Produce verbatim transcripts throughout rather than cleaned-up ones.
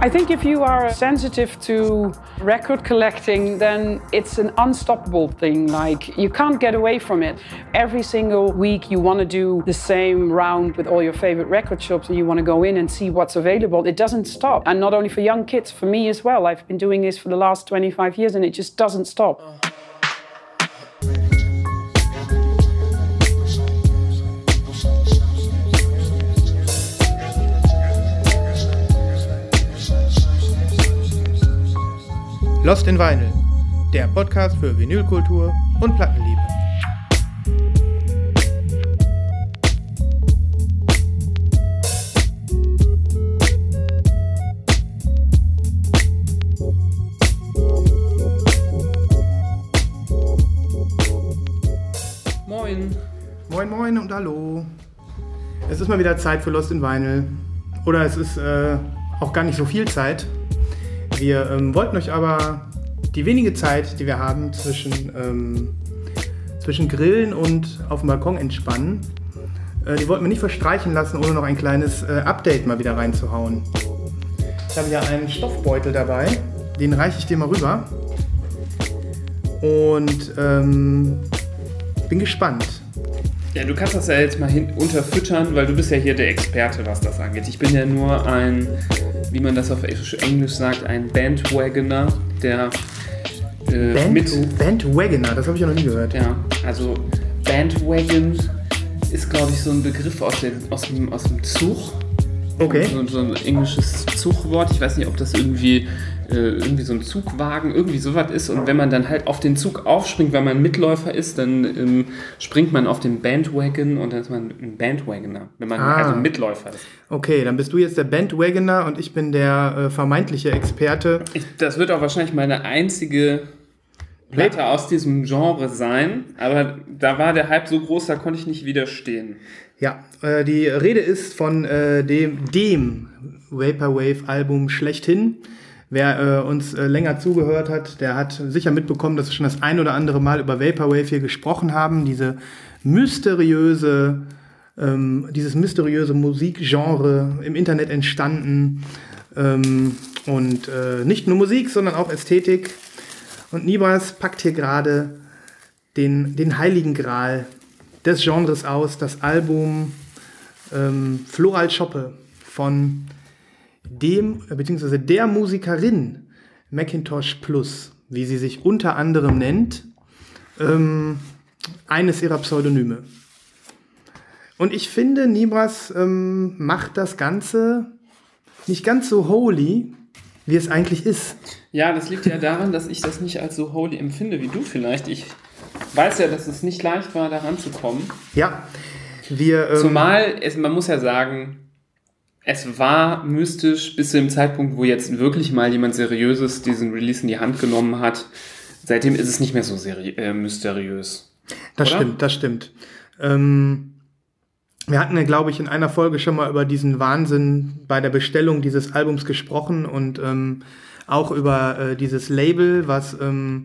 I think if you are sensitive to record collecting, then it's an unstoppable thing. Like, you can't get away from it. Every single week you want to do the same round with all your favorite record shops and you want to go in and see what's available. It doesn't stop. And not only for young kids, for me as well. I've been doing this for the last twenty-five years and it just doesn't stop. Lost in Vinyl, der Podcast für Vinylkultur und Plattenliebe. Moin. Moin moin und hallo. Es ist mal wieder Zeit für Lost in Vinyl. Oder es ist äh, auch gar nicht so viel Zeit. Wir ähm, wollten euch aber die wenige Zeit, die wir haben, zwischen, ähm, zwischen Grillen und auf dem Balkon entspannen, äh, die wollten wir nicht verstreichen lassen, ohne noch ein kleines äh, Update mal wieder reinzuhauen. Ich habe ja einen Stoffbeutel dabei, den reiche ich dir mal rüber und ähm, bin gespannt. Ja, du kannst das ja jetzt mal hin unterfüttern, weil du bist ja hier der Experte, was das angeht. Ich bin ja nur ein, wie man das auf Englisch sagt, ein Bandwagoner, der äh, Band, mit... Bandwagoner, das habe ich ja noch nie gehört. Ja, also Bandwagon ist, glaube ich, so ein Begriff aus dem, aus dem, aus dem Zug. Okay. So, so ein englisches Zugwort. Ich weiß nicht, ob das irgendwie, äh, irgendwie so ein Zugwagen, irgendwie sowas ist. Und wenn man dann halt auf den Zug aufspringt, weil man Mitläufer ist, dann ähm, springt man auf den Bandwagon und dann ist man ein Bandwagoner, wenn man ah. also Mitläufer ist. Okay, dann bist du jetzt der Bandwagoner und ich bin der äh, vermeintliche Experte. Ich, das wird auch wahrscheinlich meine einzige Platte aus diesem Genre sein, aber da war der Hype so groß, da konnte ich nicht widerstehen. Ja, äh, die Rede ist von äh, dem, dem Vaporwave-Album schlechthin. Wer äh, uns äh, länger zugehört hat, der hat sicher mitbekommen, dass wir schon das ein oder andere Mal über Vaporwave hier gesprochen haben. Diese mysteriöse, ähm, dieses mysteriöse Musikgenre im Internet entstanden. Ähm, und äh, nicht nur Musik, sondern auch Ästhetik. Und Nibras packt hier gerade den, den heiligen Gral des Genres aus, das Album ähm, Floral Schoppe von dem, beziehungsweise der Musikerin Macintosh Plus, wie sie sich unter anderem nennt, ähm, eines ihrer Pseudonyme. Und ich finde, Nibras ähm, macht das Ganze nicht ganz so holy, wie es eigentlich ist. Ja, das liegt ja daran, dass ich das nicht als so holy empfinde wie du vielleicht. Ich weiß ja, dass es nicht leicht war, da ranzukommen. Ja, wir... Ähm, Zumal, es, man muss ja sagen, es war mystisch bis zu dem Zeitpunkt, wo jetzt wirklich mal jemand Seriöses diesen Release in die Hand genommen hat. Seitdem ist es nicht mehr so seri- äh, mysteriös. Das oder? stimmt, das stimmt. Ähm, wir hatten ja, glaube ich, in einer Folge schon mal über diesen Wahnsinn bei der Bestellung dieses Albums gesprochen und ähm, auch über äh, dieses Label, was... Ähm,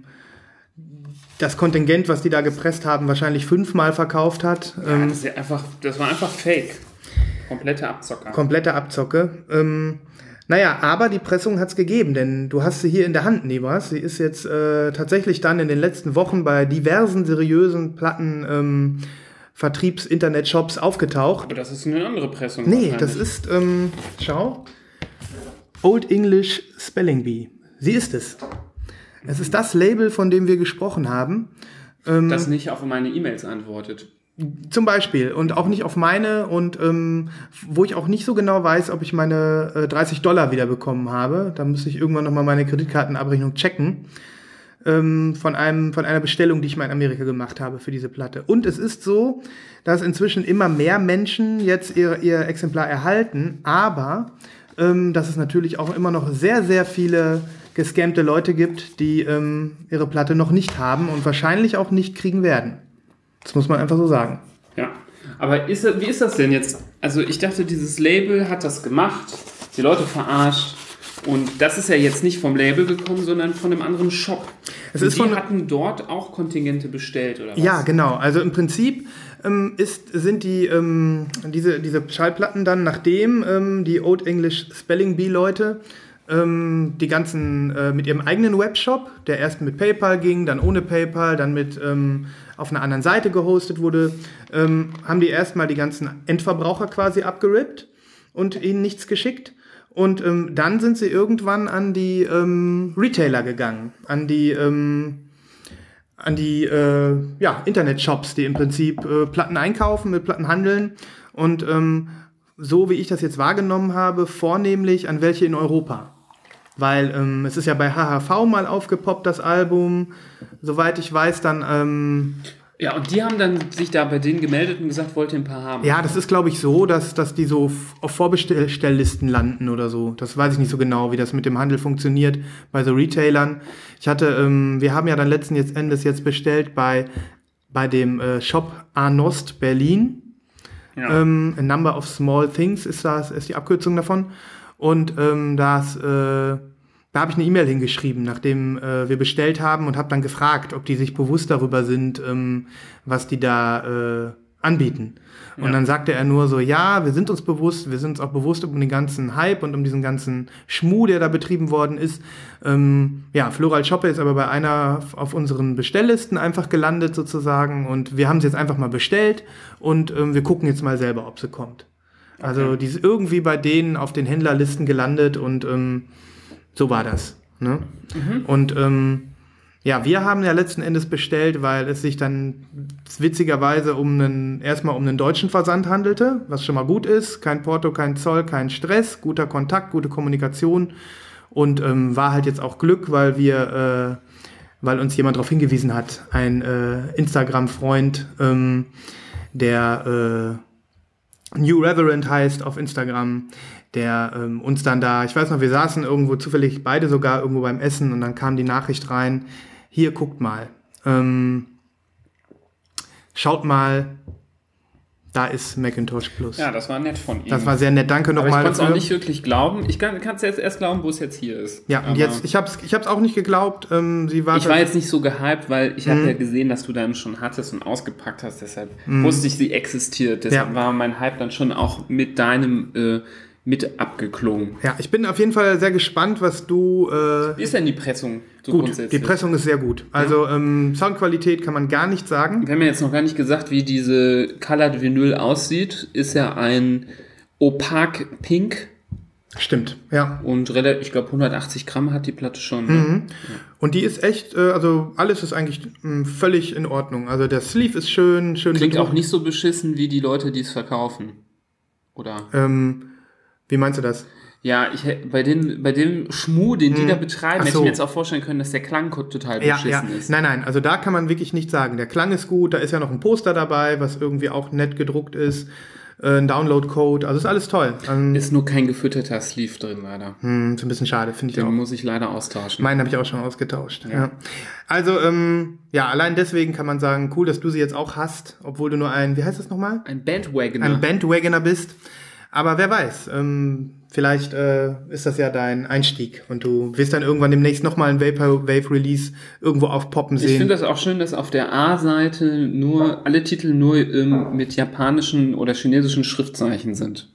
das Kontingent, was die da gepresst haben, wahrscheinlich fünfmal verkauft hat. Ja, das, ist ja einfach, das war einfach Fake. Komplette Abzocke. Komplette Abzocke. Ähm, naja, aber die Pressung hat es gegeben, denn du hast sie hier in der Hand, Nibras. Sie ist jetzt äh, tatsächlich dann in den letzten Wochen bei diversen seriösen Platten ähm, Vertriebs-Internet-Shops aufgetaucht. Aber das ist eine andere Pressung. Nee, das ist, ähm, schau, Old English Spelling Bee. Sie ist es. Es ist das Label, von dem wir gesprochen haben. Ähm, das nicht auf meine E-Mails antwortet. Zum Beispiel. Und auch nicht auf meine. Und ähm, wo ich auch nicht so genau weiß, ob ich meine äh, dreißig Dollar wieder bekommen habe. Da müsste ich irgendwann nochmal meine Kreditkartenabrechnung checken. Ähm, von, einem, von einer Bestellung, die ich mal in Amerika gemacht habe für diese Platte. Und es ist so, dass inzwischen immer mehr Menschen jetzt ihr, ihr Exemplar erhalten. Aber ähm, dass es natürlich auch immer noch sehr, sehr viele gescammte Leute gibt, die ähm, ihre Platte noch nicht haben und wahrscheinlich auch nicht kriegen werden. Das muss man einfach so sagen. Ja, aber ist, wie ist das denn jetzt? Also ich dachte, dieses Label hat das gemacht, die Leute verarscht und das ist ja jetzt nicht vom Label gekommen, sondern von einem anderen Shop. Es und ist die von, hatten dort auch Kontingente bestellt, oder was? Ja, genau. Also im Prinzip ähm, ist, sind die, ähm, diese, diese Schallplatten dann, nachdem ähm, die Old English Spelling Bee Leute ähm, die ganzen äh, mit ihrem eigenen Webshop, der erst mit PayPal ging, dann ohne PayPal, dann mit ähm, auf einer anderen Seite gehostet wurde, ähm, haben die erstmal die ganzen Endverbraucher quasi abgerippt und ihnen nichts geschickt. Und ähm, dann sind sie irgendwann an die ähm, Retailer gegangen, an die ähm, an die äh, ja, Internetshops, die im Prinzip äh, Platten einkaufen, mit Platten handeln und ähm, so wie ich das jetzt wahrgenommen habe, vornehmlich an welche in Europa. Weil ähm, es ist ja bei H H V mal aufgepoppt, das Album, soweit ich weiß, dann... Ähm, ja, und die haben dann sich da bei denen gemeldet und gesagt, wollt ihr ein paar haben? Ja, das ist, glaube ich, so, dass, dass die so auf Vorbestelllisten landen oder so. Das weiß ich nicht so genau, wie das mit dem Handel funktioniert bei so Retailern. Ich hatte, ähm, wir haben ja dann letzten Endes jetzt bestellt bei, bei dem äh, Shop Arnost Berlin. Ja. Ähm, A Number of Small Things ist das, ist die Abkürzung davon. Und ähm, das... Äh, Da habe ich eine E-Mail hingeschrieben, nachdem äh, wir bestellt haben und habe dann gefragt, ob die sich bewusst darüber sind, ähm, was die da äh, anbieten. Und ja. Dann sagte er nur so, ja, wir sind uns bewusst, wir sind uns auch bewusst um den ganzen Hype und um diesen ganzen Schmuh, der da betrieben worden ist. Ähm, ja, Floral Shoppe ist aber bei einer auf unseren Bestelllisten einfach gelandet sozusagen und wir haben sie jetzt einfach mal bestellt und ähm, wir gucken jetzt mal selber, ob sie kommt. Okay. Also die ist irgendwie bei denen auf den Händlerlisten gelandet und ähm, so war das. Ne? Mhm. Und ähm, ja, wir haben ja letzten Endes bestellt, weil es sich dann witzigerweise um einen, erstmal um einen deutschen Versand handelte, was schon mal gut ist. Kein Porto, kein Zoll, kein Stress, guter Kontakt, gute Kommunikation. Und ähm, war halt jetzt auch Glück, weil wir, äh, weil uns jemand darauf hingewiesen hat, ein äh, Instagram-Freund, ähm, der äh, New Reverend heißt auf Instagram, der ähm, uns dann da, ich weiß noch, wir saßen irgendwo zufällig beide sogar irgendwo beim Essen und dann kam die Nachricht rein, hier, guckt mal, ähm, schaut mal, da ist Macintosh Plus. Ja, das war nett von ihm. Das war sehr nett, danke nochmal. Aber ich konnte es auch nicht wirklich glauben. Ich kann es jetzt erst glauben, wo es jetzt hier ist. Ja, und jetzt, ich habe es ich hab's auch nicht geglaubt. Ähm, sie war ich war jetzt nicht so gehypt, weil ich habe ja gesehen, dass du dann schon hattest und ausgepackt hast, deshalb mm. wusste ich, sie existiert. Deshalb ja. war mein Hype dann schon auch mit deinem äh, mit abgeklungen. Ja, ich bin auf jeden Fall sehr gespannt, was du... Äh, Wie ist denn die Pressung so gut, grundsätzlich? Die Pressung ist sehr gut. Also ja. ähm, Soundqualität kann man gar nicht sagen. Wir haben ja jetzt noch gar nicht gesagt, wie diese Colored Vinyl aussieht. Ist ja ein Opak Pink. Stimmt, ja. Und relativ, ich glaube hundertachtzig Gramm hat die Platte schon. Ne? Mhm. Ja. Und die ist echt, äh, also alles ist eigentlich mh, völlig in Ordnung. Also der Sleeve ist schön, schön Klingt bedruckt. Auch nicht so beschissen wie die Leute, die es verkaufen. Oder? Ähm, wie meinst du das? Ja, ich, bei, den, bei dem Schmuh, den die hm. da betreiben, so. hätte ich mir jetzt auch vorstellen können, dass der Klang total ja, beschissen ja. ist. Nein, nein, also da kann man wirklich nichts sagen. Der Klang ist gut, da ist ja noch ein Poster dabei, was irgendwie auch nett gedruckt ist. Äh, ein Download-Code, also ist alles toll. Ähm, ist nur kein gefütterter Sleeve drin, leider. Hm, ist ein bisschen schade, finde ich Den auch. Den muss ich leider austauschen. Meinen habe ich auch schon ausgetauscht. Ja. Ja. Also, ähm, ja, allein deswegen kann man sagen, cool, dass du sie jetzt auch hast, obwohl du nur ein, wie heißt das nochmal? Ein Bandwagoner. Ein Bandwagoner bist. Aber wer weiß, ähm, vielleicht äh, ist das ja dein Einstieg und du wirst dann irgendwann demnächst nochmal ein Vaporwave-Release irgendwo aufpoppen sehen. Ich finde das auch schön, dass auf der A-Seite nur alle Titel nur ähm, mit japanischen oder chinesischen Schriftzeichen sind.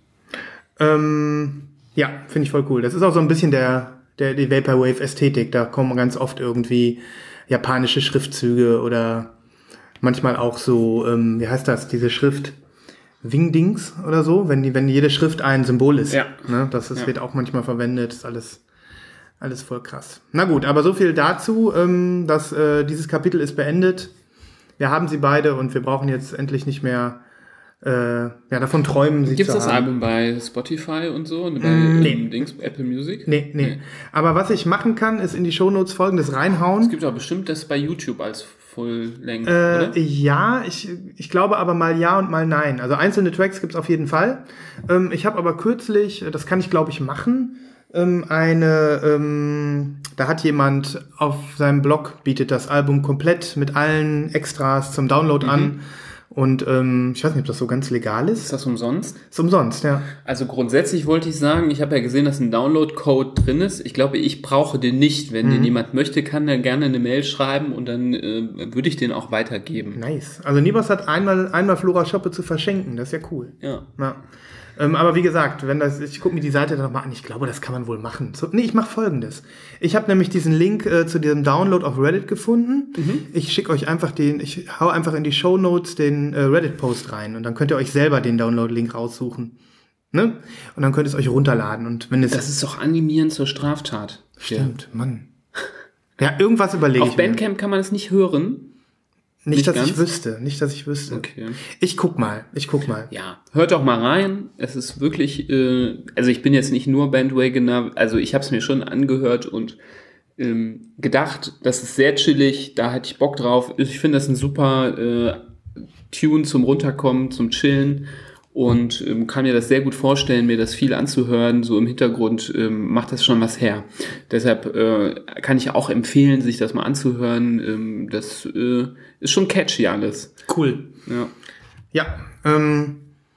Ähm, ja, finde ich voll cool. Das ist auch so ein bisschen der, der die Vaporwave-Ästhetik. Da kommen ganz oft irgendwie japanische Schriftzüge oder manchmal auch so, ähm, wie heißt das, diese Schrift? Wingdings oder so, wenn die, wenn jede Schrift ein Symbol ist. Ja. Ne, das ist, ja. wird auch manchmal verwendet. Ist alles, alles voll krass. Na gut, aber so viel dazu, ähm, dass äh, dieses Kapitel ist beendet. Wir haben sie beide und wir brauchen jetzt endlich nicht mehr äh, ja, davon träumen, sie Gibt's zu das haben. Album bei Spotify und so? Und bei Mm, nee. ähm, Dings, Apple Music? Nee, nee, nee. Aber was ich machen kann, ist in die Shownotes Folgendes reinhauen. Es gibt auch bestimmt das bei YouTube als Full-Length, äh, oder? Ja, ich, ich glaube aber mal ja und mal nein. Also einzelne Tracks gibt's auf jeden Fall. Ähm, ich habe aber kürzlich, das kann ich glaube ich machen, ähm, eine, ähm, da hat jemand auf seinem Blog, bietet das Album komplett mit allen Extras zum Download mhm. an. Und ähm, ich weiß nicht, ob das so ganz legal ist. Ist das umsonst? Ist umsonst, ja. Also grundsätzlich wollte ich sagen, ich habe ja gesehen, dass ein Download-Code drin ist. Ich glaube, ich brauche den nicht. Wenn Mhm. den jemand möchte, kann er gerne eine Mail schreiben und dann äh, würde ich den auch weitergeben. Nice. Also Nibos hat einmal, einmal Flora Shoppe zu verschenken. Das ist ja cool. Ja. Ja. Ähm, aber wie gesagt, wenn das, ich gucke mir die Seite dann nochmal an, ich glaube, das kann man wohl machen. So, nee, ich mache Folgendes. Ich habe nämlich diesen Link äh, zu diesem Download auf Reddit gefunden. Mhm. Ich schicke euch einfach den, ich hau einfach in die Shownotes den äh, Reddit-Post rein und dann könnt ihr euch selber den Download-Link raussuchen. Ne? Und dann könnt ihr es euch runterladen. Und wenn es das ist doch animieren zur Straftat. Stimmt, ja. Mann. Ja, irgendwas überlege ich Auf Bandcamp kann man es nicht hören. Nicht, Nicht dass ganz? ich wüsste. Nicht, dass ich wüsste. Okay. Ich guck mal. Ich guck mal. Ja, hört doch mal rein. Es ist wirklich, äh, also ich bin jetzt nicht nur Bandwagoner, also ich habe es mir schon angehört und ähm, gedacht, das ist sehr chillig, da hatte ich Bock drauf. Ich finde das ein super äh, Tune zum Runterkommen, zum Chillen und ähm, kann mir das sehr gut vorstellen, mir das viel anzuhören. So im Hintergrund ähm, macht das schon was her. Deshalb äh, kann ich auch empfehlen, sich das mal anzuhören. Ähm, das äh, ist schon catchy alles. Cool. Ja, Ja, ähm,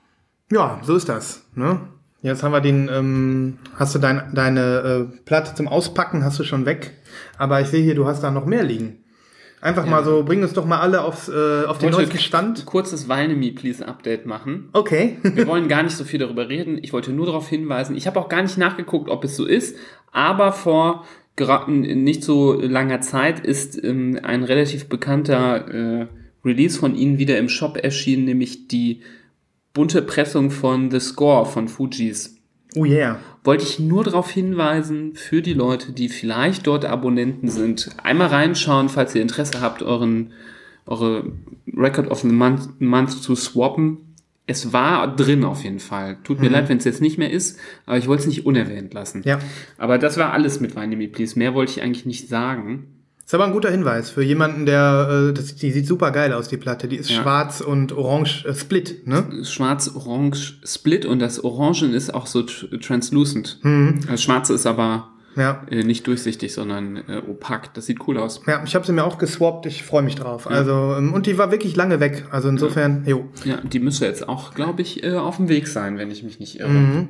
ja, so ist das. Ne? Jetzt haben wir den, ähm, hast du dein, deine äh, Platte zum Auspacken, hast du schon weg. Aber ich sehe hier, du hast da noch mehr liegen. Einfach Ja. mal so, bring uns doch mal alle aufs, äh, auf den wollte neuesten Stand. kurzes Weine Me Please Update machen. Okay. Wir wollen gar nicht so viel darüber reden. Ich wollte nur darauf hinweisen. Ich habe auch gar nicht nachgeguckt, ob es so ist. Aber vor gra- nicht so langer Zeit ist ähm, ein relativ bekannter äh, Release von ihnen wieder im Shop erschienen, nämlich die bunte Pressung von The Score von Fugees. Oh yeah. Wollte ich nur darauf hinweisen, für die Leute, die vielleicht dort Abonnenten sind, einmal reinschauen, falls ihr Interesse habt, euren eure Record of the Month, month zu swappen. Es war drin auf jeden Fall. Tut mir Mhm. leid, wenn es jetzt nicht mehr ist, aber ich wollte es nicht unerwähnt lassen. Ja. Aber das war alles mit Weine Me Please. Mehr wollte ich eigentlich nicht sagen. Ist aber ein guter Hinweis für jemanden, der, äh, das, die sieht super geil aus, die Platte. Die ist Ja. schwarz und orange äh, Split, ne? Schwarz-Orange Split und das Orangen ist auch so tr- translucent. Mhm. Das Schwarze ist aber Ja. äh, nicht durchsichtig, sondern äh, opak. Das sieht cool aus. Ja, ich habe sie mir auch geswappt, ich freue mich drauf. Also, ähm, und die war wirklich lange weg. Also insofern, jo. Ja, die müsste jetzt auch, glaube ich, äh, auf dem Weg sein, wenn ich mich nicht irre. Mhm.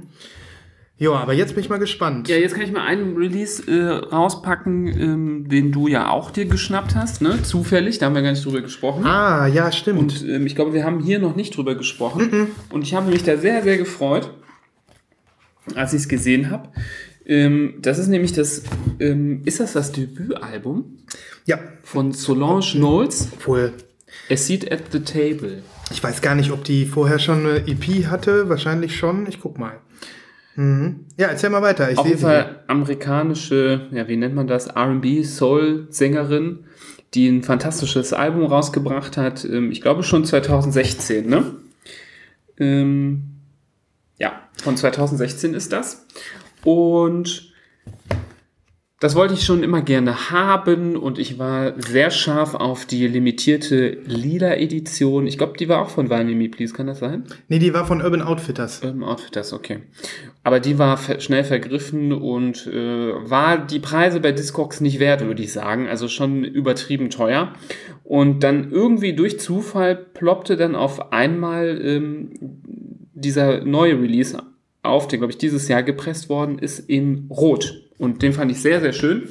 Jo, aber jetzt bin ich mal gespannt. Ja, jetzt kann ich mal einen Release äh, rauspacken, ähm, den du ja auch dir geschnappt hast, ne? Zufällig, da haben wir gar nicht drüber gesprochen. Ah, ja, stimmt. Und ähm, ich glaube, wir haben hier noch nicht drüber gesprochen. Mhm. Und ich habe mich da sehr, sehr gefreut, als ich es gesehen habe. Ähm, das ist nämlich das, ähm, ist das das Debütalbum Ja, von Solange Knowles? obwohl, A Seat at the Table. ich weiß gar nicht, ob die vorher schon eine E P hatte. Wahrscheinlich schon. Ich guck mal. Mhm. Ja, erzähl mal weiter. Ich Auf sehe jeden sie. Fall amerikanische, ja, wie nennt man das, R and B, Soul-Sängerin, die ein fantastisches Album rausgebracht hat. Ähm, ich glaube schon zwanzig sechzehn, ne? Ähm, ja, von zwanzig sechzehn ist das. Und das wollte ich schon immer gerne haben und ich war sehr scharf auf die limitierte Lila-Edition. Ich glaube, die war auch von Weine Me Please, kann das sein? Nee, die war von Urban Outfitters. Urban Outfitters, okay. Aber die war ver- schnell vergriffen und äh, war die Preise bei Discogs nicht wert, würde ich sagen. Also schon übertrieben teuer. Und dann irgendwie durch Zufall ploppte dann auf einmal ähm, dieser neue Release auf, der, glaube ich, dieses Jahr gepresst worden ist, in Rot. Und den fand ich sehr, sehr schön.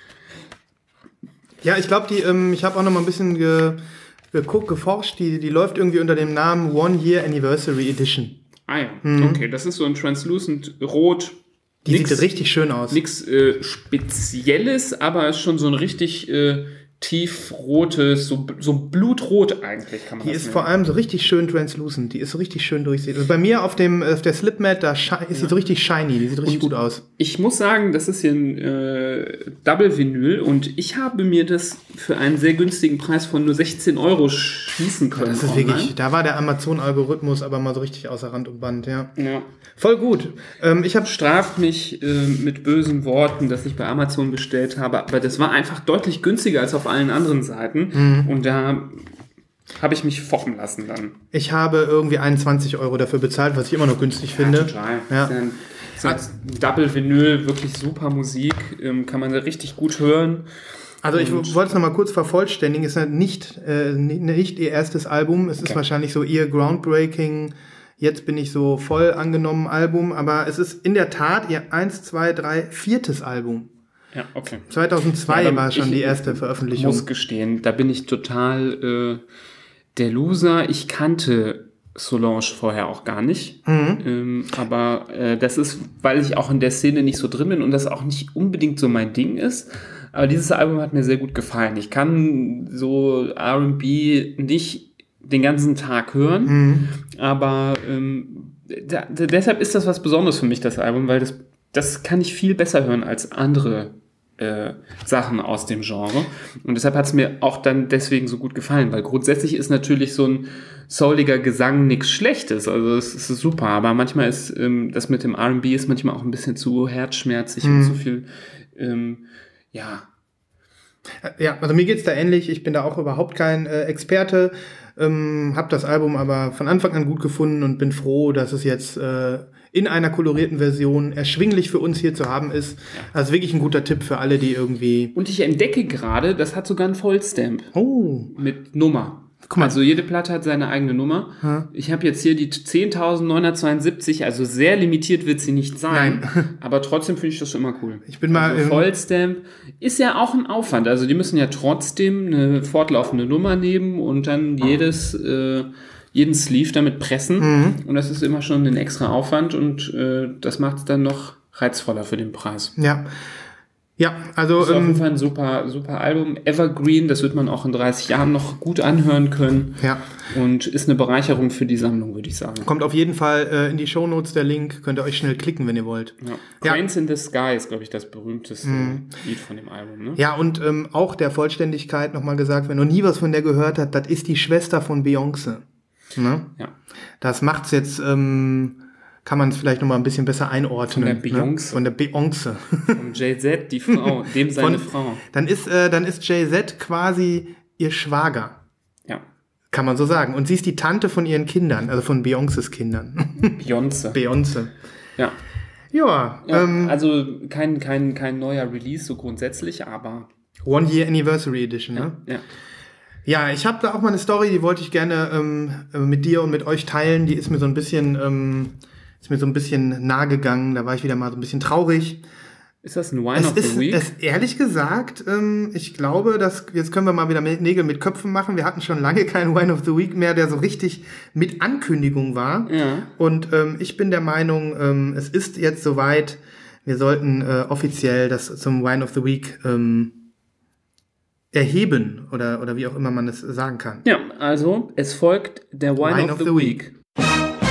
Ja, ich glaube, die, ähm, ich habe auch noch mal ein bisschen ge, geguckt, geforscht. Die, die läuft irgendwie unter dem Namen One Year Anniversary Edition. Ah ja, okay. Das ist so ein translucent Rot. Die Nix- sieht richtig schön aus. Nichts äh, Spezielles, aber ist schon so ein richtig äh, tiefrotes, so, so blutrot eigentlich, kann man Die das ist vor allem so richtig schön translucent. Die ist so richtig schön durchsichtig. Also bei mir auf dem auf der Slipmat, da shi- ist sie so richtig shiny. Die sieht richtig gut aus. Ich muss sagen, das ist hier ein äh, Double-Vinyl und ich habe mir das für einen sehr günstigen Preis von nur sechzehn Euro schießen können. Das ist online. wirklich, da war der Amazon-Algorithmus aber mal so richtig außer Rand und Band, ja. Ja. Voll gut. Ähm, ich habe Straft mich äh, mit bösen Worten, dass ich bei Amazon bestellt habe, aber das war einfach deutlich günstiger als auf allen anderen Seiten Mhm. und da habe ich mich foppen lassen dann. ich habe irgendwie einundzwanzig Euro dafür bezahlt, was ich immer noch günstig finde. Total. Ja. Ist ja ein, ist ein Double Vinyl, wirklich super Musik, ähm, kann man da richtig gut hören. Also ich Und- wollte es noch mal kurz vervollständigen. Ist ja nicht äh, ni- nicht ihr erstes Album. Es ist Okay. wahrscheinlich so ihr groundbreaking. Jetzt bin ich so voll angenommen Album, aber es ist in der Tat ihr eins, zwei, drei, viertes Album. Ja, okay. zweitausendzwei Ja, aber war schon ich die erste Veröffentlichung. muss gestehen, da bin ich total äh, der Loser. Ich kannte Solange vorher auch gar nicht. Mhm. Ähm, aber äh, das ist, weil ich auch in der Szene nicht so drin bin und das auch nicht unbedingt so mein Ding ist. Aber dieses Album hat mir sehr gut gefallen. Ich kann so R and B nicht den ganzen Tag hören, mhm. aber ähm, da, da, deshalb ist das was Besonderes für mich, das Album, weil das, das kann ich viel besser hören als andere Äh, Sachen aus dem Genre. Und deshalb hat es mir auch dann deswegen so gut gefallen, weil grundsätzlich ist natürlich so ein souliger Gesang nichts Schlechtes, also es ist super, aber manchmal ist ähm, das mit dem R and B ist manchmal auch ein bisschen zu herzschmerzig mhm. und zu viel, ähm, ja. Ja, also mir geht's da ähnlich, ich bin da auch überhaupt kein äh, Experte, ähm, habe das Album aber von Anfang an gut gefunden und bin froh, dass es jetzt äh, in einer kolorierten Version erschwinglich für uns hier zu haben ist. Ja. Also wirklich ein guter Tipp für alle, die irgendwie... Und ich entdecke gerade, das hat sogar einen Vollstamp. Oh. Mit Nummer. Guck mal. Also jede Platte hat seine eigene Nummer. Hm. Ich habe jetzt hier die zehntausendneunhundertzweiundsiebzig, also sehr limitiert wird sie nicht sein. Nein. Aber trotzdem finde ich das schon immer cool. Ich bin mal... Also Vollstamp ist ja auch ein Aufwand. Also die müssen ja trotzdem eine fortlaufende Nummer nehmen und dann jedes... Äh, jeden Sleeve damit pressen mhm. und das ist immer schon ein extra Aufwand und äh, das macht es dann noch reizvoller für den Preis. Ja, ja, also... Das ist ähm, auf jeden Fall ein super, super Album. Evergreen, das wird man auch in dreißig Jahren noch gut anhören können. Ja. Und ist eine Bereicherung für die Sammlung, würde ich sagen. Kommt auf jeden Fall äh, in die Shownotes der Link, könnt ihr euch schnell klicken, wenn ihr wollt. Ja. Cranes ja. in the Sky ist, glaube ich, das berühmteste mhm. Lied von dem Album. Ne? Ja, und ähm, auch der Vollständigkeit nochmal gesagt, wer noch nie was von der gehört hat, das ist die Schwester von Beyoncé. Ne? Ja. Das macht's jetzt, ähm, kann man es vielleicht noch mal ein bisschen besser einordnen. Von der Beyoncé. Ne? Von der Beyoncé. Von Jay-Z, die Frau, dem seine Von, Frau. Dann ist, äh, dann ist Jay-Z quasi ihr Schwager. Ja. Kann man so sagen. Und sie ist die Tante von ihren Kindern, also von Beyoncés Kindern. Beyoncé. Beyoncé. Ja. Ja. ja ähm, also kein, kein, kein neuer Release, so grundsätzlich, aber... One Year Anniversary Edition, ja, ne? Ja. Ja, ich habe da auch mal eine Story, die wollte ich gerne ähm, mit dir und mit euch teilen. Die ist mir so ein bisschen, ähm, ist mir so ein bisschen nahe gegangen. Da war ich wieder mal so ein bisschen traurig. Ist das ein Wine es of ist, the Week? Es, ehrlich gesagt, ähm, ich glaube, dass jetzt können wir mal wieder Nägel mit Köpfen machen. Wir hatten schon lange keinen Wine of the Week mehr, der so richtig mit Ankündigung war. Ja. Und ähm, ich bin der Meinung, ähm, es ist jetzt soweit. Wir sollten äh, offiziell das zum Wine of the Week ähm, erheben oder, oder wie auch immer man es sagen kann. Ja, also es folgt der Wine, Wine of, of the, the Week. Week.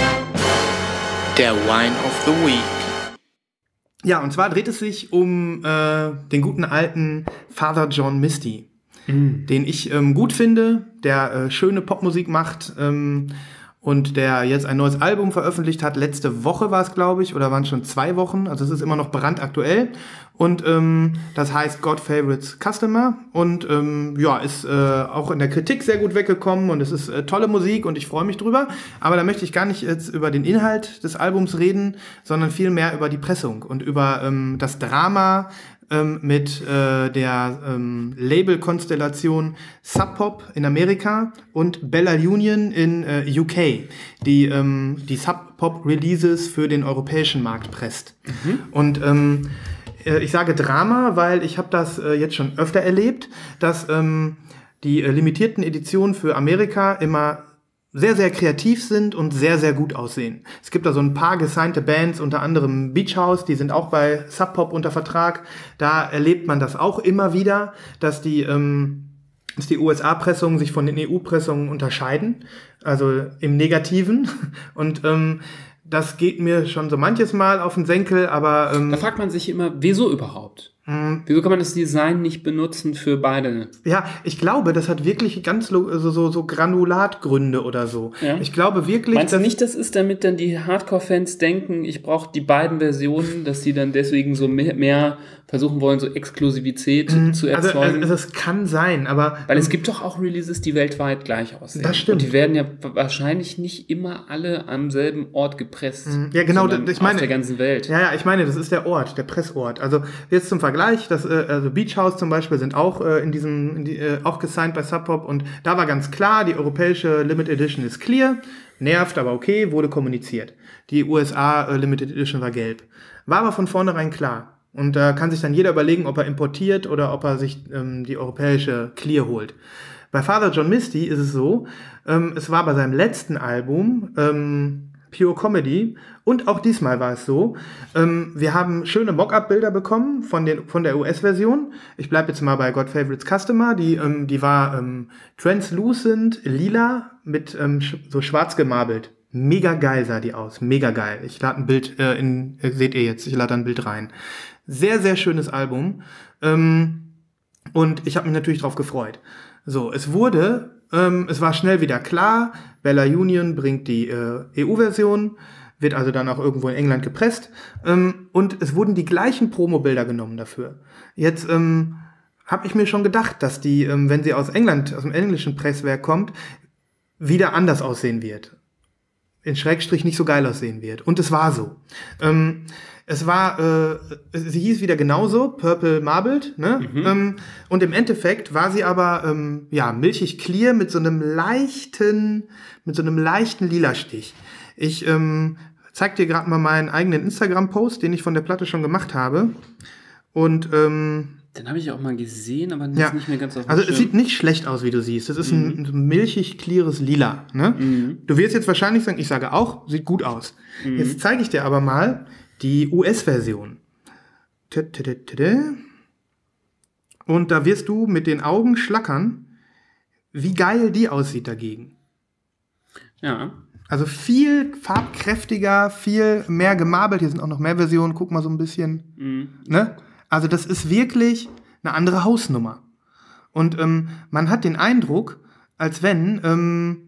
Der Wine of the Week. Ja, und zwar dreht es sich um äh, den guten alten Father John Misty, mhm. den ich ähm, gut finde, der äh, schöne Popmusik macht ähm, und der jetzt ein neues Album veröffentlicht hat. Letzte Woche war es, glaube ich, oder waren es schon zwei Wochen. Also es ist immer noch brandaktuell. Und ähm, das heißt God Favorites Customer und ähm, ja, ist äh, auch in der Kritik sehr gut weggekommen und es ist äh, tolle Musik und ich freue mich drüber. Aber da möchte ich gar nicht jetzt über den Inhalt des Albums reden, sondern vielmehr über die Pressung und über ähm, das Drama ähm, mit äh, der ähm, Label-Konstellation Sub Pop in Amerika und Bella Union in äh, U K, die ähm, die Sub Pop Releases für den europäischen Markt presst. Mhm. Und ähm, ich sage Drama, weil ich habe das äh, jetzt schon öfter erlebt, dass ähm, die äh, limitierten Editionen für Amerika immer sehr, sehr kreativ sind und sehr, sehr gut aussehen. Es gibt da so ein paar gesignte Bands, unter anderem Beach House, die sind auch bei Sub Pop unter Vertrag. Da erlebt man das auch immer wieder, dass die, ähm, dass die U S A-Pressungen sich von den E U-Pressungen unterscheiden, also im Negativen. Und ähm, das geht mir schon so manches Mal auf den Senkel, aber... Ähm, da fragt man sich immer, wieso überhaupt? Hm. Wieso kann man das Design nicht benutzen für beide? Ja, ich glaube, das hat wirklich ganz so, so, so Granulatgründe oder so. Ja. Ich glaube wirklich... Meinst du nicht, das ist, damit dann die Hardcore-Fans denken, ich brauche die beiden Versionen, dass sie dann deswegen so mehr, mehr versuchen wollen, so Exklusivität mhm. zu erzeugen? Also, also es kann sein, aber... Weil es gibt doch auch Releases, die weltweit gleich aussehen. Das stimmt. Und die werden ja wahrscheinlich nicht immer alle am selben Ort gepresst. Mhm. Ja, genau. Das, ich meine, auf der ganzen Welt. Ja, ja, ich meine, das ist der Ort, der Pressort. Also jetzt zum Vergleich, das, also Beach House zum Beispiel sind auch äh, in diesem, in die, äh, auch gesigned bei Sub Pop und da war ganz klar, die europäische Limited Edition ist clear, nervt, aber okay, wurde kommuniziert. Die U S A äh, Limited Edition war gelb. War aber von vornherein klar. Und da kann sich dann jeder überlegen, ob er importiert oder ob er sich ähm, die europäische Clear holt. Bei Father John Misty ist es so, ähm, es war bei seinem letzten Album, ähm, Pure Comedy, und auch diesmal war es so, ähm, wir haben schöne Mock-up-Bilder bekommen von, den, von der U S-Version. Ich bleibe jetzt mal bei God Favorites Customer, die, ähm, die war ähm, translucent, lila, mit ähm, sch- so schwarz gemarbelt. Mega geil sah die aus, mega geil. Ich lade ein Bild äh, in, äh, seht ihr jetzt, ich lade ein Bild rein. Sehr, sehr schönes Album. Ähm, und ich habe mich natürlich drauf gefreut. So, es wurde... Ähm, es war schnell wieder klar, Bella Union bringt die äh, E U-Version, wird also dann auch irgendwo in England gepresst. Ähm, und es wurden die gleichen Promo-Bilder genommen dafür. Jetzt ähm, habe ich mir schon gedacht, dass die, ähm, wenn sie aus England, aus dem englischen Presswerk kommt, wieder anders aussehen wird. In Schrägstrich nicht so geil aussehen wird. Und es war so. Ähm, Es war, äh, sie hieß wieder genauso, Purple Marbled, ne? Mhm. Ähm, und im Endeffekt war sie aber, ähm, ja, milchig clear mit so einem leichten, mit so einem leichten Lila-Stich. Ich ähm, zeig dir gerade mal meinen eigenen Instagram-Post, den ich von der Platte schon gemacht habe. Und, ähm, den habe ich auch mal gesehen, aber das ja. ist nicht mehr ganz auf dem Also Schirm. es sieht nicht schlecht aus, wie du siehst. Das ist mhm. ein, ein milchig cleares Lila, ne? Mhm. Du wirst jetzt wahrscheinlich sagen, ich sage auch, sieht gut aus. Mhm. Jetzt zeige ich dir aber mal die U S-Version. Und da wirst du mit den Augen schlackern, wie geil die aussieht dagegen. Ja. Also viel farbkräftiger, viel mehr gemarbelt. Hier sind auch noch mehr Versionen. Guck mal so ein bisschen. Mhm. Ne? Also das ist wirklich eine andere Hausnummer. Und ähm, man hat den Eindruck, als wenn... Ähm,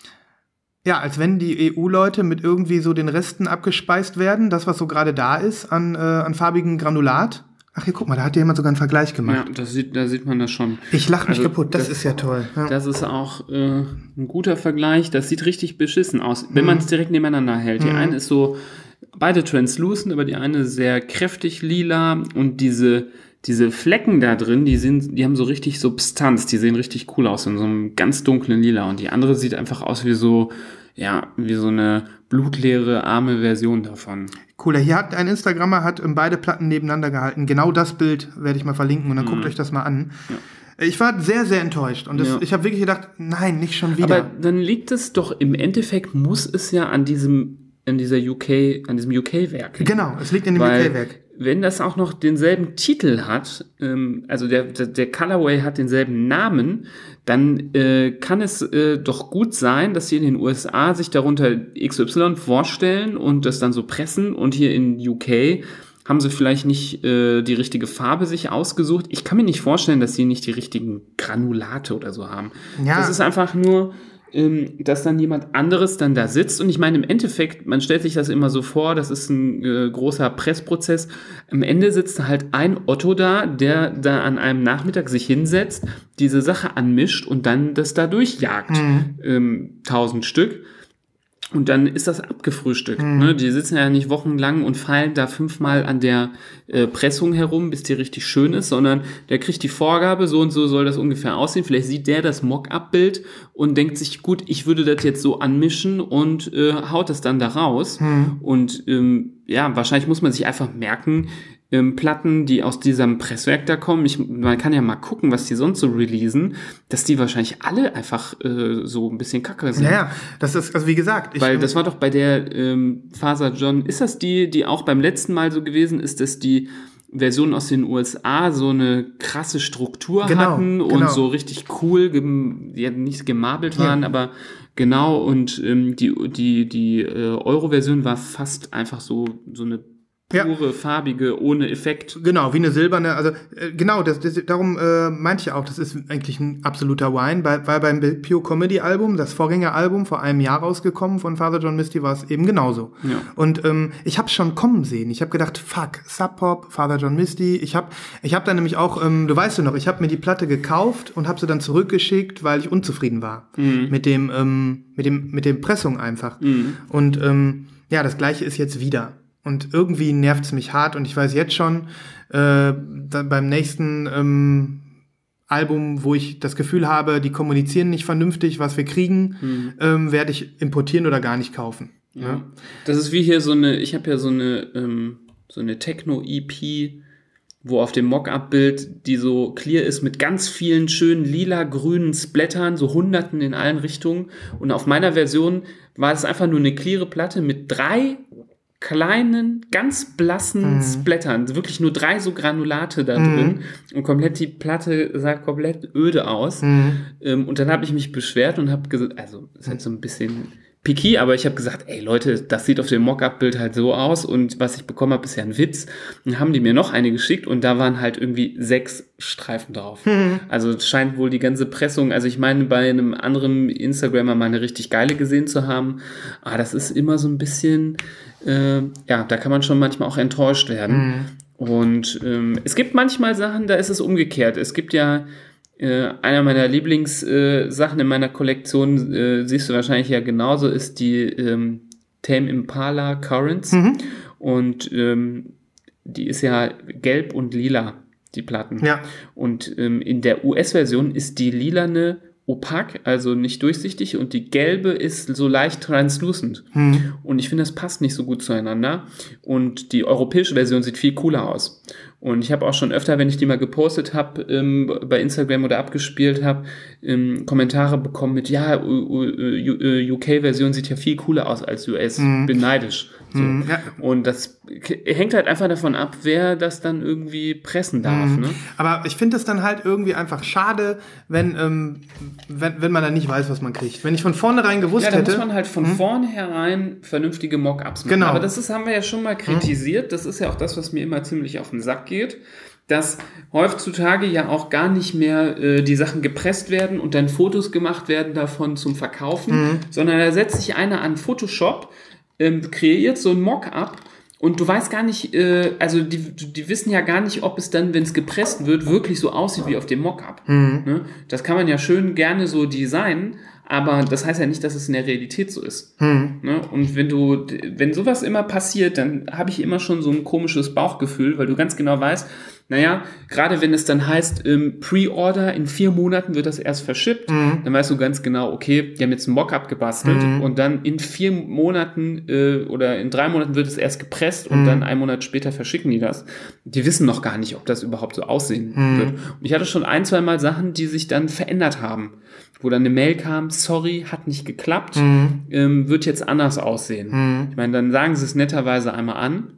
Ja, als wenn die E U-Leute mit irgendwie so den Resten abgespeist werden, das, was so gerade da ist, an, äh, an farbigen Granulat. Ach, hier, guck mal, da hat jemand sogar einen Vergleich gemacht. Ja, das sieht, da sieht man das schon. Ich lach mich also, kaputt, das, das ist ja toll. Ja. Das ist auch äh, ein guter Vergleich, das sieht richtig beschissen aus, wenn mhm. man es direkt nebeneinander hält. Die mhm. eine ist so, beide translucent, aber die eine sehr kräftig lila und diese... Diese Flecken da drin, die sind, die haben so richtig Substanz, die sehen richtig cool aus, in so einem ganz dunklen Lila. Und die andere sieht einfach aus wie so, ja, wie so eine blutleere, arme Version davon. Cooler. Hier hat ein Instagrammer hat beide Platten nebeneinander gehalten. Genau das Bild werde ich mal verlinken und dann mhm. guckt euch das mal an. Ja. Ich war sehr, sehr enttäuscht und das, ja. ich habe wirklich gedacht, nein, nicht schon wieder. Aber dann liegt es doch, im Endeffekt muss es ja an diesem, an dieser U K, an diesem U K-Werk. Genau, es liegt in dem U K-Werk. Wenn das auch noch denselben Titel hat, ähm, also der, der, der Colorway hat denselben Namen, dann äh, kann es äh, doch gut sein, dass sie in den U S A sich darunter X Y vorstellen und das dann so pressen und hier in U K haben sie vielleicht nicht äh, die richtige Farbe sich ausgesucht. Ich kann mir nicht vorstellen, dass sie nicht die richtigen Granulate oder so haben. Ja. Das ist einfach nur... dass dann jemand anderes dann da sitzt und ich meine im Endeffekt, man stellt sich das immer so vor, das ist ein äh, großer Pressprozess, am Ende sitzt halt ein Otto da, der da an einem Nachmittag sich hinsetzt, diese Sache anmischt und dann das da durchjagt, mhm. ähm, tausend Stück. Und dann ist das abgefrühstückt. Mhm. Ne? Die sitzen ja nicht wochenlang und feilen da fünfmal an der äh, Pressung herum, bis die richtig schön ist, sondern der kriegt die Vorgabe, so und so soll das ungefähr aussehen. Vielleicht sieht der das Mock-up-Bild und denkt sich, gut, ich würde das jetzt so anmischen und äh, haut das dann da raus. Mhm. Und ähm, ja, wahrscheinlich muss man sich einfach merken, Ähm, Platten, die aus diesem Presswerk da kommen, ich, man kann ja mal gucken, was die sonst so releasen, dass die wahrscheinlich alle einfach äh, so ein bisschen kacke sind. Ja, ja, das ist, also wie gesagt... Ich, Weil das war doch bei der ähm, Father John, ist das die, die auch beim letzten Mal so gewesen ist, dass die Versionen aus den U S A so eine krasse Struktur genau, hatten und genau. so richtig cool, gem, die nicht gemarbelt waren, ja. aber genau, und ähm, die, die, die äh, Euro-Version war fast einfach so, so eine pure, ja. farbige, ohne Effekt. Genau, wie eine silberne, also äh, genau, das, das, darum äh, meinte ich auch, das ist eigentlich ein absoluter Wine, weil, weil beim Pure Comedy Album, das Vorgängeralbum, vor einem Jahr rausgekommen von Father John Misty, war es eben genauso. Ja. Und ähm, ich habe schon kommen sehen, ich habe gedacht, fuck, Sub Pop, Father John Misty, ich habe ich hab dann nämlich auch, ähm, du weißt ja noch, ich habe mir die Platte gekauft und habe sie dann zurückgeschickt, weil ich unzufrieden war mhm. mit dem, ähm, mit dem, mit dem Pressung einfach. Mhm. Und ähm, ja, das Gleiche ist jetzt wieder. Und irgendwie nervt es mich hart und ich weiß jetzt schon, äh, beim nächsten ähm, Album, wo ich das Gefühl habe, die kommunizieren nicht vernünftig, was wir kriegen, mhm. ähm, werde ich importieren oder gar nicht kaufen. Ja. Ja? Das ist wie hier so eine, ich habe ja so eine, ähm, so eine Techno-E P wo auf dem Mock-up-Bild, die so clear ist, mit ganz vielen schönen lila-grünen Splattern, so Hunderten in allen Richtungen. Und auf meiner Version war es einfach nur eine cleare Platte mit drei kleinen, ganz blassen mhm. Splattern. Wirklich nur drei so Granulate da mhm. drin. Und komplett die Platte sah komplett öde aus. Mhm. Ähm, und dann habe ich mich beschwert und habe gesagt, also es ist halt so ein bisschen picky, aber ich habe gesagt, ey Leute, das sieht auf dem Mockup-Bild halt so aus und was ich bekommen habe, ist ja ein Witz. Dann haben die mir noch eine geschickt und da waren halt irgendwie sechs Streifen drauf. Mhm. Also es scheint wohl die ganze Pressung, also ich meine, bei einem anderen Instagrammer mal eine richtig geile gesehen zu haben. Ah, das ist immer so ein bisschen, äh, ja, da kann man schon manchmal auch enttäuscht werden. Mhm. Und ähm, es gibt manchmal Sachen, da ist es umgekehrt. Es gibt ja Äh, einer meiner Lieblingssachen äh, in meiner Kollektion, äh, siehst du wahrscheinlich ja genauso, ist die ähm, Tame Impala Currents. Mhm. Und ähm, die ist ja gelb und lila, die Platten. Ja. Und ähm, in der U S-Version ist die lilane opak, also nicht durchsichtig, und die gelbe ist so leicht translucent. Mhm. Und ich finde, das passt nicht so gut zueinander. Und die europäische Version sieht viel cooler aus. Und ich habe auch schon öfter, wenn ich die mal gepostet habe, ähm, bei Instagram oder abgespielt habe, ähm, Kommentare bekommen mit, ja, U K-Version sieht ja viel cooler aus als U S. Mhm. Bin neidisch. So. Mhm, ja. Und das hängt halt einfach davon ab, wer das dann irgendwie pressen darf. Mhm. Ne? Aber ich finde es dann halt irgendwie einfach schade, wenn, ähm, wenn, wenn man dann nicht weiß, was man kriegt. Wenn ich von vornherein gewusst hätte... Ja, dann muss man halt von mhm. vornherein vernünftige Mock-ups machen. Genau. Aber das ist, haben wir ja schon mal kritisiert. Mhm. Das ist ja auch das, was mir immer ziemlich auf den Sack geht. Dass heutzutage ja auch gar nicht mehr äh, die Sachen gepresst werden und dann Fotos gemacht werden davon zum Verkaufen, mhm. sondern da setzt sich einer an Photoshop, ähm, kreiert so ein Mock-up und du weißt gar nicht, äh, also die, die wissen ja gar nicht, ob es dann, wenn es gepresst wird, wirklich so aussieht wie auf dem Mock-up. Mhm. Ne? Das kann man ja schön gerne so designen, aber das heißt ja nicht, dass es in der Realität so ist. Mhm. Ne? Und wenn du, wenn sowas immer passiert, dann habe ich immer schon so ein komisches Bauchgefühl, weil du ganz genau weißt, naja, gerade wenn es dann heißt, ähm, Pre-Order, in vier Monaten wird das erst verschippt, mhm. dann weißt du ganz genau, okay, die haben jetzt ein Mock-up gebastelt mhm. und dann in vier Monaten äh, oder in drei Monaten wird es erst gepresst und mhm. dann einen Monat später verschicken die das. Die wissen noch gar nicht, ob das überhaupt so aussehen mhm. wird. Und ich hatte schon ein, zwei Mal Sachen, die sich dann verändert haben, wo dann eine Mail kam, sorry, hat nicht geklappt, mhm. ähm, wird jetzt anders aussehen. Mhm. Ich meine, dann sagen sie es netterweise einmal an.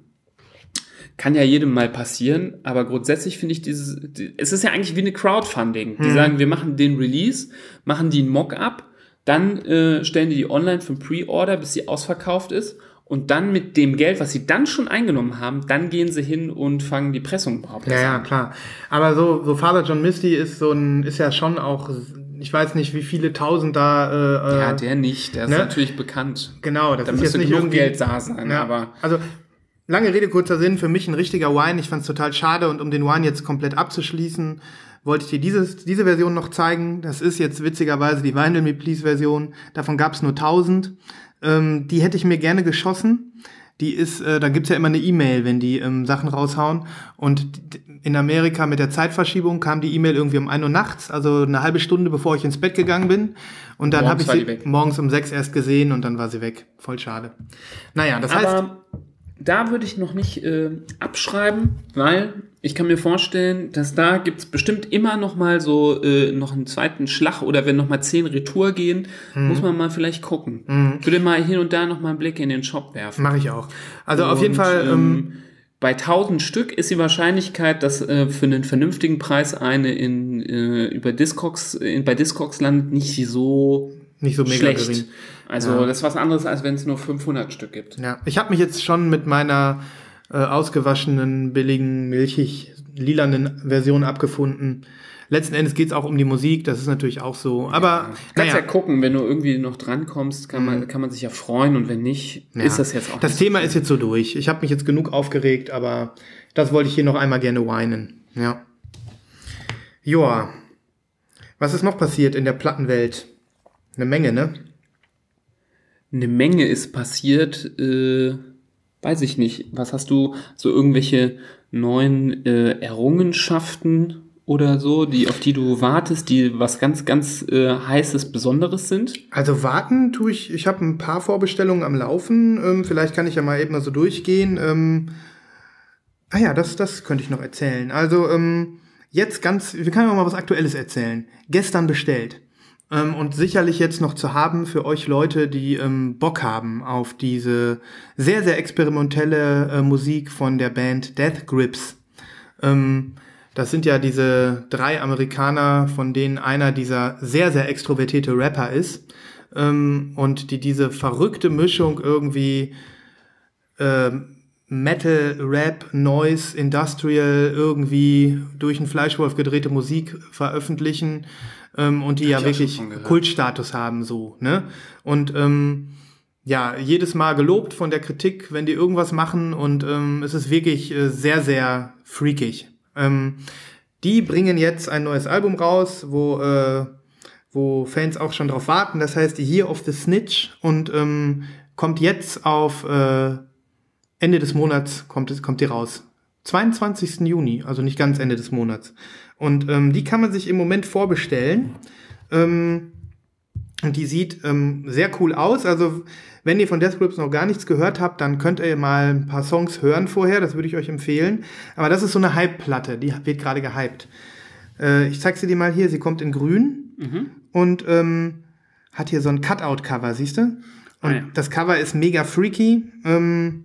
Kann ja jedem mal passieren, aber grundsätzlich finde ich dieses, die, es ist ja eigentlich wie eine Crowdfunding. Die hm. sagen, wir machen den Release, machen die ein Mock-up, dann äh, stellen die die online für ein Pre-Order, bis sie ausverkauft ist und dann mit dem Geld, was sie dann schon eingenommen haben, dann gehen sie hin und fangen die Pressung überhaupt ja, an. Ja, klar. Aber so, so Father John Misty ist so ein, ist ja schon auch, ich weiß nicht, wie viele tausend da... Äh, ja, der nicht, der ne? ist natürlich bekannt. Genau, das da ist jetzt nicht genug irgendwie... Geld da sein, ja, aber... Also, lange Rede, kurzer Sinn, für mich ein richtiger Wine. Ich fand es total schade und um den Wine jetzt komplett abzuschließen, wollte ich dir dieses, diese Version noch zeigen. Das ist jetzt witzigerweise die Vinyl Me Please Version. Davon gab es nur tausend. Ähm, die hätte ich mir gerne geschossen. Die ist, äh, da gibt's ja immer eine E-Mail, wenn die ähm, Sachen raushauen. Und in Amerika mit der Zeitverschiebung kam die E-Mail irgendwie um ein Uhr nachts, also eine halbe Stunde, bevor ich ins Bett gegangen bin. Und dann habe ich sie morgens um sechs erst gesehen und dann war sie weg. Voll schade. Naja, das Aber heißt... Da würde ich noch nicht äh, abschreiben, weil ich kann mir vorstellen, dass da gibt's bestimmt immer noch mal so äh, noch einen zweiten Schlag oder wenn noch mal zehn Retour gehen, mhm. muss man mal vielleicht gucken. Mhm. Ich würde mal hin und da noch mal einen Blick in den Shop werfen. Mache ich auch. Also und, auf jeden Fall... Ähm, bei tausend Stück ist die Wahrscheinlichkeit, dass äh, für einen vernünftigen Preis eine in äh, über Discogs in, bei Discogs landet, nicht so nicht so mega schlecht. Gering. Also ja. Das ist was anderes, als wenn es nur fünfhundert Stück gibt. Ja, ich habe mich jetzt schon mit meiner äh, ausgewaschenen, billigen, milchig lilanen Version abgefunden. Letzten Endes geht's auch um die Musik, das ist natürlich auch so. Aber ja. Du kannst ja gucken, wenn du irgendwie noch drankommst, kann man, kann man sich ja freuen und wenn nicht, ja. ist das jetzt auch Das nicht Thema so ist jetzt so durch. Ich habe mich jetzt genug aufgeregt, aber das wollte ich hier noch einmal gerne weinen. Ja. Joa. Was ist noch passiert in der Plattenwelt? Eine Menge, ne? Eine Menge ist passiert, äh, weiß ich nicht. Was hast du, so irgendwelche neuen äh, Errungenschaften oder so, die auf die du wartest, die was ganz, ganz äh, heißes, Besonderes sind? Also warten tue ich, ich habe ein paar Vorbestellungen am Laufen, ähm, vielleicht kann ich ja mal eben mal so durchgehen. Ähm, Ah ja, das, das könnte ich noch erzählen. Also ähm, jetzt ganz, wir können ja mal was Aktuelles erzählen. Gestern bestellt. Ähm, und sicherlich jetzt noch zu haben für euch Leute, die ähm, Bock haben auf diese sehr, sehr experimentelle äh, Musik von der Band Death Grips. Ähm, das sind ja diese drei Amerikaner, von denen einer dieser sehr, sehr extrovertierte Rapper ist. Ähm, und die diese verrückte Mischung irgendwie ähm, Metal, Rap, Noise, Industrial irgendwie durch einen Fleischwolf gedrehte Musik veröffentlichen ähm, und die ja wirklich Kultstatus haben so, ne? Und ähm, ja, jedes Mal gelobt von der Kritik, wenn die irgendwas machen und ähm, es ist wirklich äh, sehr, sehr freakig. Ähm, die bringen jetzt ein neues Album raus, wo äh, wo Fans auch schon drauf warten. Das heißt Year of the Snitch und ähm, kommt jetzt auf äh, Ende des Monats kommt es, kommt die raus. zweiundzwanzigsten Juni, also nicht ganz Ende des Monats. Und ähm, die kann man sich im Moment vorbestellen. Ähm, und die sieht ähm, sehr cool aus. Also wenn ihr von Death Grips noch gar nichts gehört habt, dann könnt ihr mal ein paar Songs hören vorher. Das würde ich euch empfehlen. Aber das ist so eine Hype-Platte, die wird gerade gehypt. Äh, ich zeig sie dir mal hier. Sie kommt in grün mhm. und ähm, hat hier so ein Cutout-Cover, siehst du? Und ah, ja. Das Cover ist mega freaky. Ähm,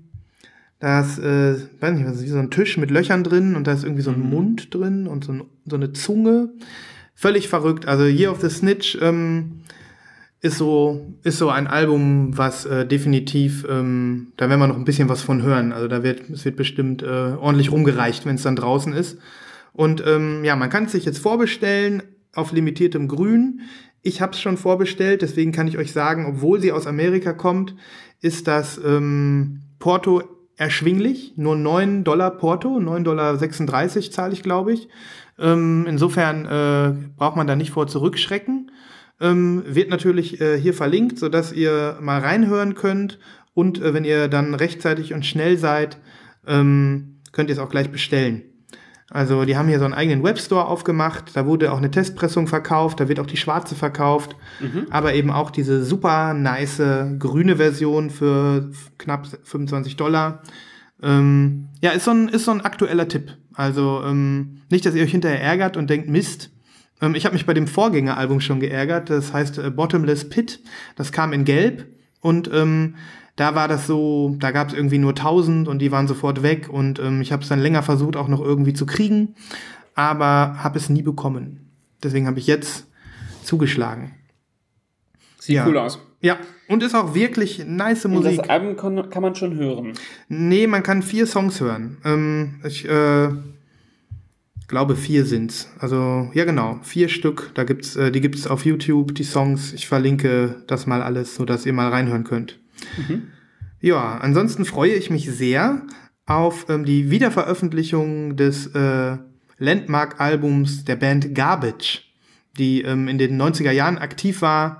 Da ist, äh, weiß nicht, was ist, wie so ein Tisch mit Löchern drin und da ist irgendwie so ein mhm. Mund drin und so, ein, so eine Zunge. Völlig verrückt. Also Year of the Snitch ähm, ist so ist so ein Album, was äh, definitiv, ähm, da werden wir noch ein bisschen was von hören. Also da wird es wird bestimmt äh, ordentlich rumgereicht, wenn es dann draußen ist. Und ähm, ja, man kann es sich jetzt vorbestellen auf limitiertem Grün. Ich habe es schon vorbestellt, deswegen kann ich euch sagen, obwohl sie aus Amerika kommt, ist das ähm, Porto erschwinglich, nur neun Dollar Porto, neun Komma sechsunddreißig Dollar zahle ich, glaube ich. Ähm, insofern äh, braucht man da nicht vor zurückschrecken. Ähm, wird natürlich äh, hier verlinkt, sodass ihr mal reinhören könnt und äh, wenn ihr dann rechtzeitig und schnell seid, ähm, könnt ihr es auch gleich bestellen. Also die haben hier so einen eigenen Webstore aufgemacht, da wurde auch eine Testpressung verkauft, da wird auch die schwarze verkauft, mhm. aber eben auch diese super nice grüne Version für knapp fünfundzwanzig Dollar. Ähm, ja, ist so ein, ist so ein aktueller Tipp. Also ähm, nicht, dass ihr euch hinterher ärgert und denkt, Mist. Ähm, ich habe mich bei dem Vorgängeralbum schon geärgert, das heißt äh, Bottomless Pit, das kam in Gelb und ähm, da war das so, da gab es irgendwie nur tausend und die waren sofort weg und ähm, ich habe es dann länger versucht, auch noch irgendwie zu kriegen, aber habe es nie bekommen. Deswegen habe ich jetzt zugeschlagen. Sieht ja. cool aus. Ja, und ist auch wirklich nice Musik. Und das Album kann, kann man schon hören? Nee, man kann vier Songs hören. Ähm, ich äh, glaube, vier sind's. Also, ja genau, vier Stück. Da gibt's, äh, die gibt's auf YouTube, die Songs. Ich verlinke das mal alles, sodass ihr mal reinhören könnt. Mhm. Ja, ansonsten freue ich mich sehr auf ähm, die Wiederveröffentlichung des äh, Landmark-Albums der Band Garbage, die ähm, in den neunziger Jahren aktiv war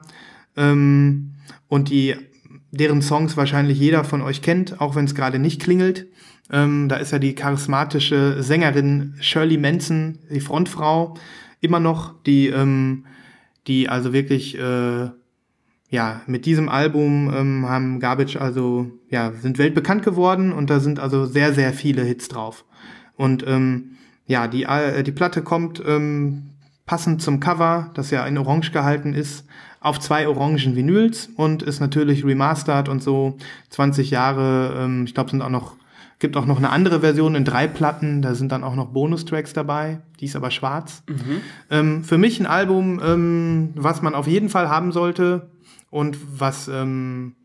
ähm, und die deren Songs wahrscheinlich jeder von euch kennt, auch wenn es gerade nicht klingelt. Ähm, da ist ja die charismatische Sängerin Shirley Manson, die Frontfrau, immer noch, die, ähm, die also wirklich äh, ja, mit diesem Album ähm, haben Garbage also, ja, sind weltbekannt geworden und da sind also sehr, sehr viele Hits drauf. Und ähm, ja, die, äh, die Platte kommt ähm, passend zum Cover, das ja in Orange gehalten ist, auf zwei orangen Vinyls und ist natürlich remastered und so zwanzig Jahre, ähm, ich glaube, sind auch noch, gibt auch noch eine andere Version in drei Platten, da sind dann auch noch Bonustracks dabei, die ist aber schwarz. Mhm. Ähm, für mich ein Album, ähm, was man auf jeden Fall haben sollte, und was, ähm,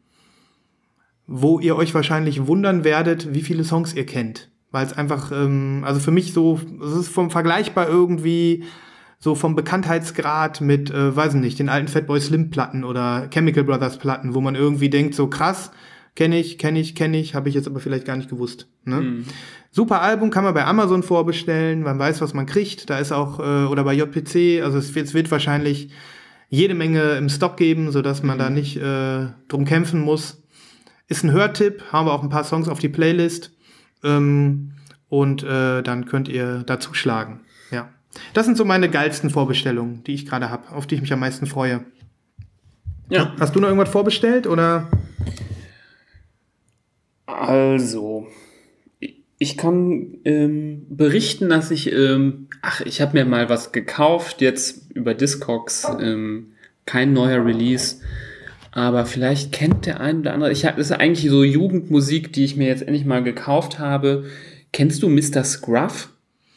wo ihr euch wahrscheinlich wundern werdet, wie viele Songs ihr kennt. Weil es einfach, ähm, also für mich so, es ist vom vergleichbar irgendwie so vom Bekanntheitsgrad mit, äh, weiß ich nicht, den alten Fatboy Slim Platten oder Chemical Brothers Platten, wo man irgendwie denkt, so krass, kenne ich, kenne ich, kenne ich, habe ich jetzt aber vielleicht gar nicht gewusst. Ne? Mhm. Super Album, kann man bei Amazon vorbestellen, man weiß, was man kriegt. Da ist auch, äh, oder bei J P C, also es wird, es wird wahrscheinlich jede Menge im Stock geben, sodass man mhm. da nicht äh, drum kämpfen muss. Ist ein Hörtipp, haben wir auch ein paar Songs auf die Playlist. Ähm, und äh, dann könnt ihr da zuschlagen. Ja. Das sind so meine geilsten Vorbestellungen, die ich gerade habe, auf die ich mich am meisten freue. Ja. Hast du noch irgendwas vorbestellt, oder? Also, Ich kann ähm, berichten, dass ich, ähm, ach, ich habe mir mal was gekauft, jetzt über Discogs, ähm, kein neuer Release, aber vielleicht kennt der ein oder andere, ich hab, das ist eigentlich so Jugendmusik, die ich mir jetzt endlich mal gekauft habe. Kennst du Mister Scruff?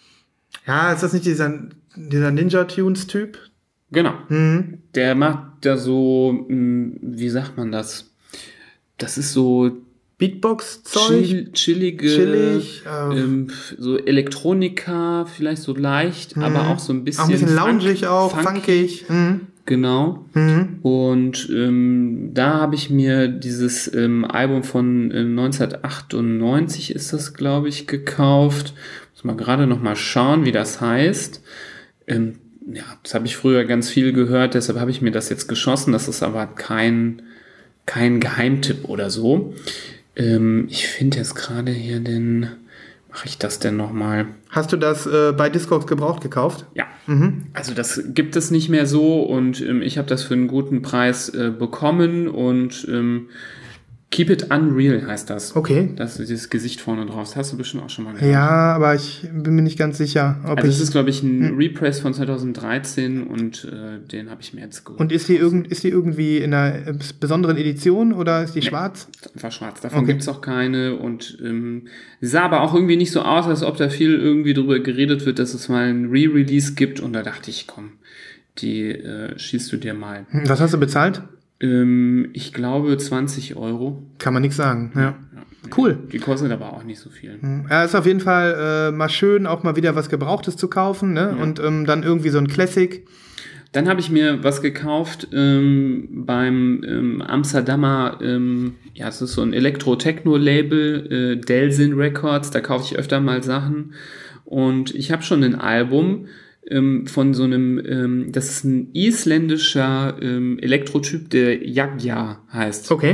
Ja, ist das nicht dieser, dieser Ninja-Tunes-Typ? Genau. Mhm. Der macht da so, mh, wie sagt man das? Das ist so Beatbox-Zeug? chill, chillige, Chillig, äh, ähm, so Elektronika, vielleicht so leicht, Mhm. aber auch so ein bisschen Auch ein bisschen loungig funk- auch, funk- funkig. Mhm. Genau. Mhm. Und ähm, da habe ich mir dieses ähm, Album von äh, neunzehnhundertachtundneunzig ist das, glaube ich, gekauft. Muss mal gerade noch mal schauen, wie das heißt. Ähm, ja, das habe ich früher ganz viel gehört, deshalb habe ich mir das jetzt geschossen. Das ist aber kein, kein Geheimtipp oder so. Ähm, ich finde jetzt gerade hier den... Mache ich das denn nochmal? Hast du das äh, bei Discogs gebraucht gekauft? Ja. Mhm. Also das gibt es nicht mehr so und ähm, ich habe das für einen guten Preis äh, bekommen und ähm, Keep It Unreal heißt das. Okay. Das ist dieses Gesicht vorne drauf. Das hast du bestimmt auch schon mal gehört. Ja, aber ich bin mir nicht ganz sicher, ob Also ich... es ist, glaube ich, ein Repress von zweitausenddreizehn und äh, den habe ich mir jetzt geholt. Und ist die, irgend, ist die irgendwie in einer äh, besonderen Edition oder ist die Nee. schwarz? Einfach schwarz. Davon Okay. gibt's auch keine und ähm, sah aber auch irgendwie nicht so aus, als ob da viel irgendwie drüber geredet wird, dass es mal ein Re-Release gibt und da dachte ich, komm, die äh, schießt du dir mal. Hm, Was hast du bezahlt? Ähm, ich glaube zwanzig Euro. Kann man nichts sagen, ja. Ja, Cool. Die kostet aber auch nicht so viel. Ja, ist auf jeden Fall äh, mal schön, auch mal wieder was Gebrauchtes zu kaufen, ne? Ja. Und ähm, dann irgendwie so ein Classic. Dann habe ich mir was gekauft ähm, beim ähm, Amsterdamer, ähm, ja, es ist so ein Elektro-Techno-Label, äh, Delsin Records, da kaufe ich öfter mal Sachen. Und ich habe schon ein Album ähm, von so einem, ähm, das ist ein isländischer ähm, Elektrotyp, der Jagja heißt. Okay.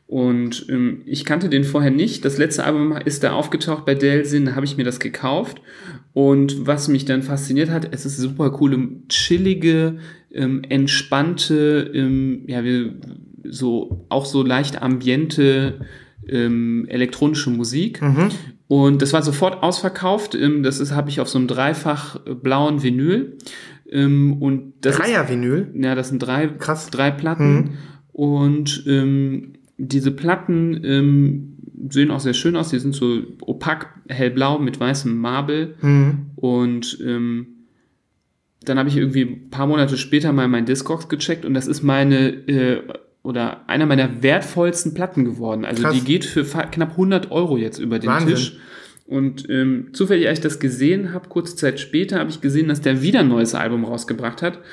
Und ähm, ich kannte den vorher nicht. Das letzte Album ist da aufgetaucht bei Delsin, da habe ich mir das gekauft. Und was mich dann fasziniert hat, es ist super coole, chillige, ähm, entspannte, ähm, ja, wie, so auch so leicht ambiente ähm, elektronische Musik. Mhm. Und das war sofort ausverkauft. Ähm, das ist habe ich auf so einem dreifach blauen Vinyl. Ähm, und das Dreier-Vinyl. Ist, ja, das sind drei, Krass. drei Platten. Mhm. Und ähm, diese Platten ähm, sehen auch sehr schön aus. Die sind so opak hellblau mit weißem Marble. Mhm. Und ähm, dann habe ich irgendwie ein paar Monate später mal mein Discogs gecheckt und das ist meine äh, oder einer meiner wertvollsten Platten geworden. Also Krass. die geht für fa- knapp hundert Euro jetzt über den Wahnsinn. Tisch. Und ähm, zufällig, als ich das gesehen habe, kurze Zeit später, habe ich gesehen, dass der wieder ein neues Album rausgebracht hat.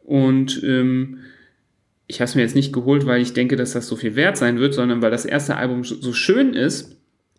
Und ähm, ich habe es mir jetzt nicht geholt, weil ich denke, dass das so viel wert sein wird, sondern weil das erste Album so schön ist.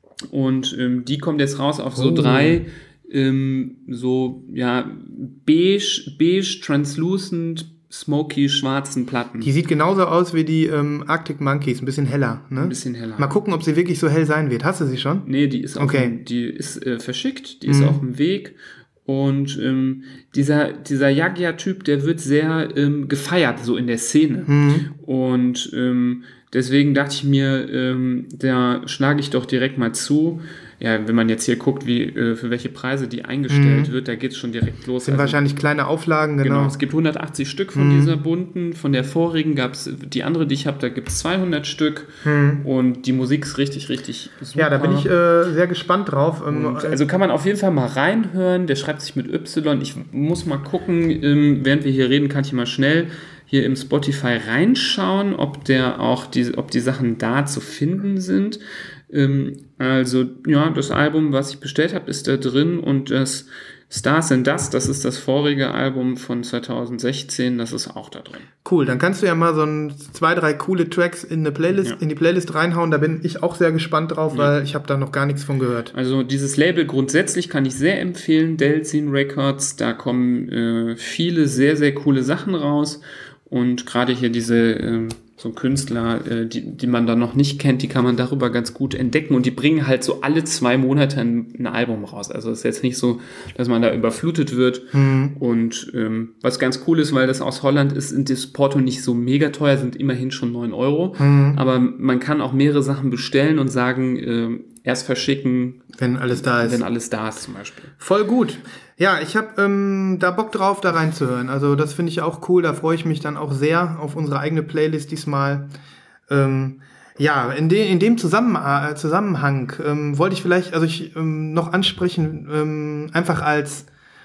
Und ähm, die kommt jetzt raus auf so Oh. drei ähm, so, ja, beige, beige, translucent, smoky, schwarzen Platten. Die sieht genauso aus wie die ähm, Arctic Monkeys, ein bisschen heller. Ne? Ein bisschen heller. Mal gucken, ob sie wirklich so hell sein wird. Hast du sie schon? Nee, die ist, auf Okay. dem, die ist äh, verschickt, die ist Mhm. auf dem Weg. Und ähm, dieser, dieser Jagja-Typ, der wird sehr ähm, gefeiert, so in der Szene. Mhm. Und ähm, deswegen dachte ich mir, ähm, da schlage ich doch direkt mal zu. Ja, wenn man jetzt hier guckt, wie äh, für welche Preise die eingestellt Mhm. wird, da geht's schon direkt los. Sind Also, wahrscheinlich kleine Auflagen, genau. Genau, es gibt hundertachtzig Stück von Mhm. dieser bunten. Von der vorigen gab es, die andere, die ich habe, da gibt es zweihundert Stück. Mhm. Und die Musik ist richtig, richtig super. Ja, da bin ich äh, sehr gespannt drauf. Ähm, Und, also kann man auf jeden Fall mal reinhören. Der schreibt sich mit Y. Ich muss mal gucken, ähm, während wir hier reden, kann ich mal schnell hier im Spotify reinschauen, ob der auch die, ob die Sachen da zu finden sind. Ähm, also, ja, das Album, was ich bestellt habe, ist da drin und das Stars and Dust, das ist das vorige Album von zweitausendsechzehn, das ist auch da drin. Cool, dann kannst du ja mal so ein, zwei, drei coole Tracks in, eine Playlist, Ja. in die Playlist reinhauen. Da bin ich auch sehr gespannt drauf, Ja. weil ich habe da noch gar nichts von gehört. Also dieses Label grundsätzlich kann ich sehr empfehlen, Delsin Records, da kommen äh, viele sehr, sehr coole Sachen raus und gerade hier diese äh, so Künstler, äh, die, die man da noch nicht kennt, die kann man darüber ganz gut entdecken und die bringen halt so alle zwei Monate ein, ein Album raus. Also es ist jetzt nicht so, dass man da überflutet wird. Mhm. Und ähm, was ganz cool ist, weil das aus Holland ist, sind das Porto nicht so mega teuer, sind immerhin schon neun Euro. Mhm. Aber man kann auch mehrere Sachen bestellen und sagen, äh, erst verschicken, wenn alles da ist. Wenn alles da ist zum Beispiel. Voll gut. Ja, ich habe ähm, da Bock drauf, da reinzuhören. Also das finde ich auch cool. Da freue ich mich dann auch sehr auf unsere eigene Playlist diesmal. Ähm, ja, in, de in dem Zusammen äh, Zusammenhang ähm, wollte ich vielleicht, also ich ähm, noch ansprechen, ähm, einfach als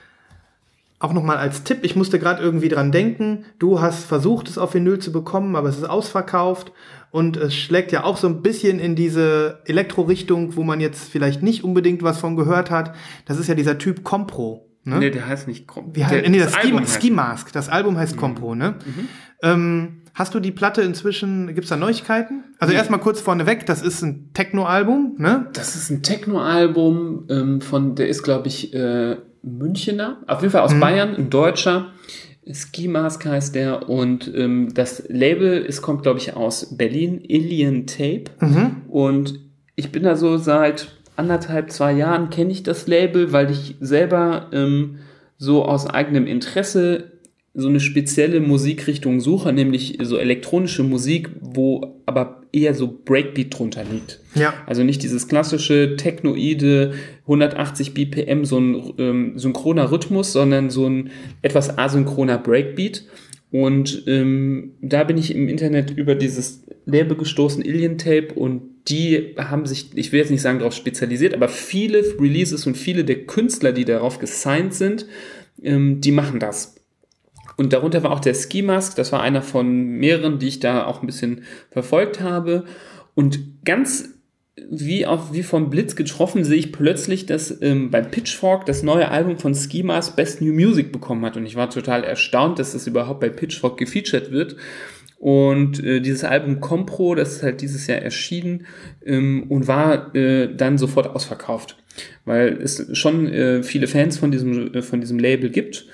auch nochmal als Tipp, ich musste gerade irgendwie dran denken, du hast versucht, es auf Vinyl zu bekommen, aber es ist ausverkauft und es schlägt ja auch so ein bisschen in diese Elektro-Richtung, wo man jetzt vielleicht nicht unbedingt was von gehört hat. Das ist ja dieser Typ Compro. Ne? Nee, der heißt nicht Compro. Wie heißt, nee, das, das Ski, Ski Mask. Das Album heißt mhm. Compro, ne? Mhm. Ähm, hast du die Platte inzwischen, gibt's da Neuigkeiten? Also nee. Erstmal kurz vorneweg, das ist ein Techno-Album, ne? Das ist ein Techno-Album ähm, von, der ist, glaube ich, äh, Münchener, auf jeden Fall aus mhm. Bayern, ein Deutscher. Ski Mask heißt der und ähm, das Label ist, kommt, glaube ich, aus Berlin, Alien Tape. Mhm. Und ich bin da so seit anderthalb, zwei Jahren kenne ich das Label, weil ich selber ähm, so aus eigenem Interesse so eine spezielle Musikrichtung suche, nämlich so elektronische Musik, wo aber eher so Breakbeat drunter liegt. Ja. Also nicht dieses klassische technoide hundertachtzig B P M, so ein ähm, synchroner Rhythmus, sondern so ein etwas asynchroner Breakbeat. Und ähm, da bin ich im Internet über dieses Label gestoßen, Alien Tape, und die haben sich, ich will jetzt nicht sagen darauf spezialisiert, aber viele Releases und viele der Künstler, die darauf gesigned sind, ähm, die machen das. Und darunter war auch der Ski Mask, das war einer von mehreren, die ich da auch ein bisschen verfolgt habe. Und ganz wie auf, wie vom Blitz getroffen sehe ich plötzlich, dass ähm, bei Pitchfork das neue Album von Ski Mask Best New Music bekommen hat. Und ich war total erstaunt, dass das überhaupt bei Pitchfork gefeatured wird. Und äh, dieses Album Compro, das ist halt dieses Jahr erschienen ähm, und war äh, dann sofort ausverkauft. Weil es schon äh, viele Fans von diesem, äh, von diesem Label gibt.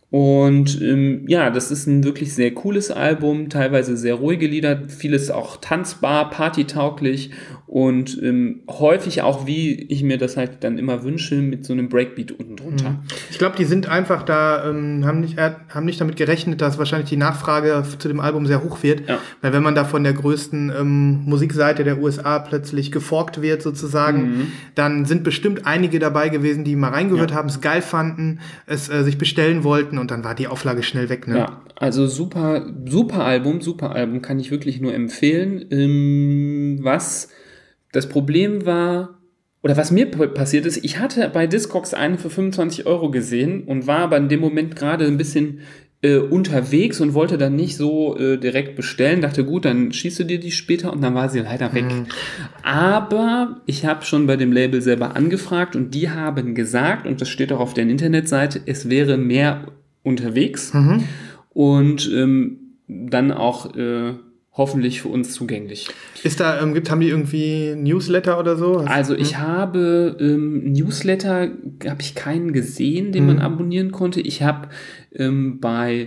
Und ähm, ja, das ist ein wirklich sehr cooles Album, teilweise sehr ruhige Lieder, vieles auch tanzbar, partytauglich und ähm, häufig auch, wie ich mir das halt dann immer wünsche, mit so einem Breakbeat unten drunter. Ich glaube, die sind einfach da, ähm, haben, nicht, äh, haben nicht damit gerechnet, dass wahrscheinlich die Nachfrage zu dem Album sehr hoch wird, ja. Weil wenn man da von der größten ähm, Musikseite der U S A plötzlich geforkt wird sozusagen, mhm. dann sind bestimmt einige dabei gewesen, die mal reingehört ja. haben, es geil fanden, es äh, sich bestellen wollten, und dann war die Auflage schnell weg, ne? Ja, also super, super Album, super Album, kann ich wirklich nur empfehlen. Ähm, was das Problem war, oder was mir p- passiert ist, ich hatte bei Discogs einen für fünfundzwanzig Euro gesehen und war aber in dem Moment gerade ein bisschen äh, unterwegs und wollte dann nicht so äh, direkt bestellen. Dachte, gut, dann schießt du dir die später, und dann war sie leider weg. Mhm. Aber ich habe schon bei dem Label selber angefragt und die haben gesagt, und das steht auch auf deren Internetseite, es wäre mehr unterwegs mhm. und ähm, dann auch äh, hoffentlich für uns zugänglich. Ist da, ähm, gibt, haben die irgendwie Newsletter oder so? Also ich hm? habe ähm, Newsletter, habe ich keinen gesehen, den hm. man abonnieren konnte. Ich habe ähm, bei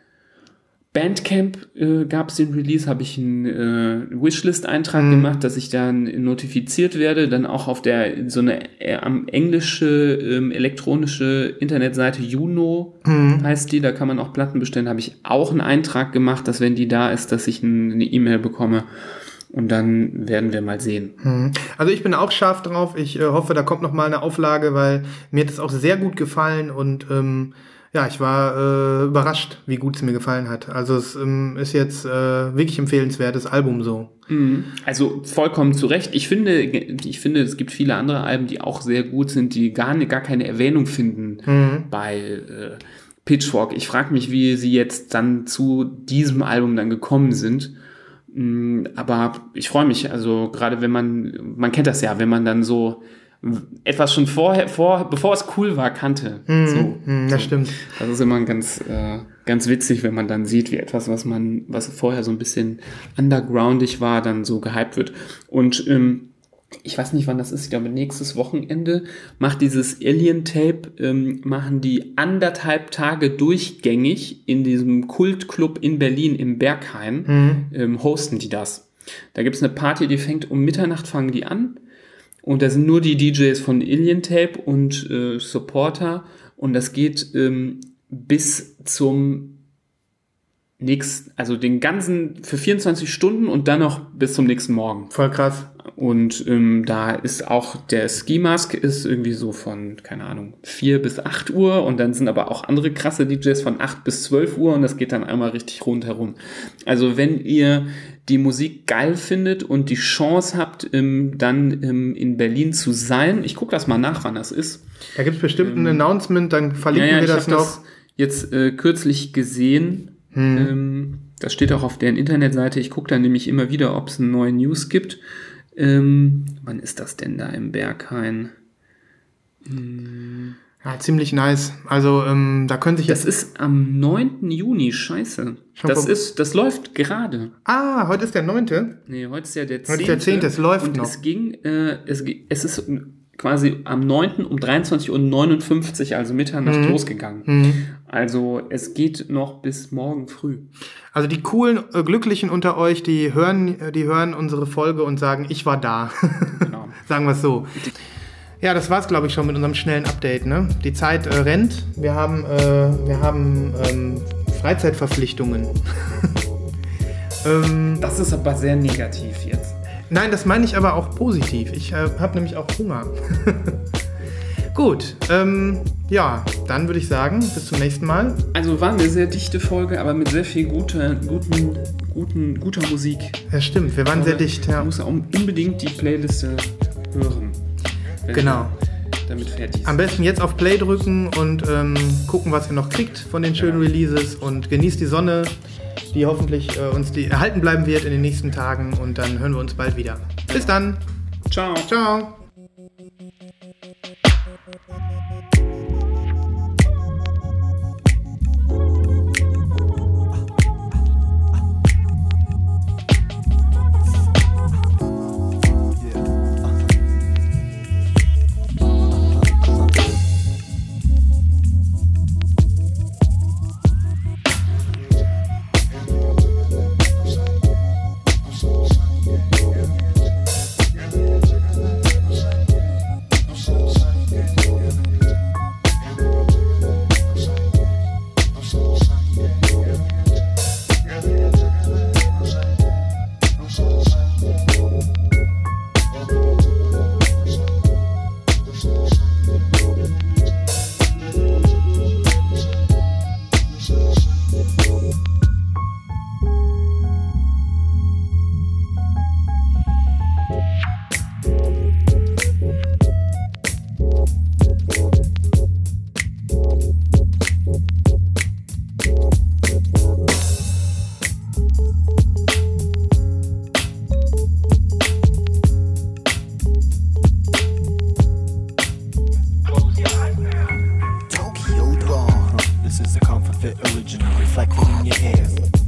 Bandcamp äh, gab es den Release, habe ich einen äh, Wishlist-Eintrag mhm. gemacht, dass ich dann notifiziert werde, dann auch auf der so eine äh, am englische ähm, elektronische Internetseite Juno mhm. heißt die, da kann man auch Platten bestellen, habe ich auch einen Eintrag gemacht, dass wenn die da ist, dass ich ein, eine E-Mail bekomme. Und dann werden wir mal sehen. Also ich bin auch scharf drauf. Ich äh, hoffe, da kommt noch mal eine Auflage, weil mir hat es auch sehr gut gefallen und ähm, ja, ich war äh, überrascht, wie gut es mir gefallen hat. Also es ähm, ist jetzt äh, wirklich empfehlenswertes Album so. Also vollkommen zu Recht. Ich finde, ich finde, es gibt viele andere Alben, die auch sehr gut sind, die gar, gar keine Erwähnung finden mhm. bei äh, Pitchfork. Ich frage mich, wie sie jetzt dann zu diesem Album dann gekommen sind. Aber ich freue mich, also gerade wenn man, man kennt das ja, wenn man dann so etwas schon vorher, vor, bevor es cool war, kannte. Mhm, so, das so. stimmt. Das ist immer ganz, äh, ganz witzig, wenn man dann sieht, wie etwas, was man, was vorher so ein bisschen undergroundig war, dann so gehypt wird. Und ähm, ich weiß nicht, wann das ist, ich glaube nächstes Wochenende macht dieses Alien Tape, ähm, machen die anderthalb Tage durchgängig in diesem Kultclub in Berlin im Berghain, mhm. ähm, hosten die das. Da gibt's eine Party, die fängt um Mitternacht, fangen die an, und da sind nur die D Js von Alien Tape und äh, Supporter, und das geht ähm, bis zum nächst, also den ganzen für vierundzwanzig Stunden und dann noch bis zum nächsten Morgen. Voll krass. Und ähm, da ist auch der Ski Mask ist irgendwie so von, keine Ahnung, vier bis acht Uhr und dann sind aber auch andere krasse D Js von acht bis zwölf Uhr und das geht dann einmal richtig rundherum. Also wenn ihr die Musik geil findet und die Chance habt, ähm, dann ähm, in Berlin zu sein, ich gucke das mal nach, wann das ist. Da gibt es bestimmt ähm, ein Announcement, dann verlinken ja, ja, wir das ich noch. Das jetzt äh, kürzlich gesehen. Hm. Ähm, das steht auch auf deren Internetseite. Ich gucke dann nämlich immer wieder, ob es eine neue News gibt. Ähm, wann ist das denn da im Berghain? Hm. Ja, ziemlich nice. Also ähm, da können sich Das jetzt... ist am neunten Juni, scheiße. Schon Das vor- ist, das läuft gerade. Ah, heute ist der neunte. Nee, heute ist ja der zehnte. Heute ist der zehnte, es läuft und noch. Es ging, äh, es, ge- es ist quasi am neunten um dreiundzwanzig Uhr neunundfünfzig, also Mitternacht, Mhm. losgegangen. Mhm. Also es geht noch bis morgen früh. Also die coolen, äh, Glücklichen unter euch, die hören, äh, die hören unsere Folge und sagen, ich war da. Genau. Sagen wir es so. Ja, das war's, glaube ich, schon mit unserem schnellen Update. Ne? Die Zeit äh, rennt. Wir haben, äh, wir haben ähm, Freizeitverpflichtungen. ähm, Das ist aber sehr negativ jetzt. nein, das meine ich aber auch positiv. Ich äh, habe nämlich auch Hunger. Gut, ähm, ja, dann würde ich sagen, bis zum nächsten Mal. Also war eine sehr dichte Folge, aber mit sehr viel guter, guten, guten, guter Musik. Ja, stimmt, wir waren sehr Aber dicht. Ja. Man muss ja unbedingt die Playliste hören. wenn Genau. ihr damit fertig Am seid. besten jetzt auf Play drücken und ähm, gucken, was ihr noch kriegt von den schönen Releases und genießt die Sonne, die hoffentlich äh, uns die erhalten bleiben wird in den nächsten Tagen und dann hören wir uns bald wieder. Bis dann. Ciao. Ciao. Tokyo Dawn. This is the Comfort Fit original, reflected in your ears.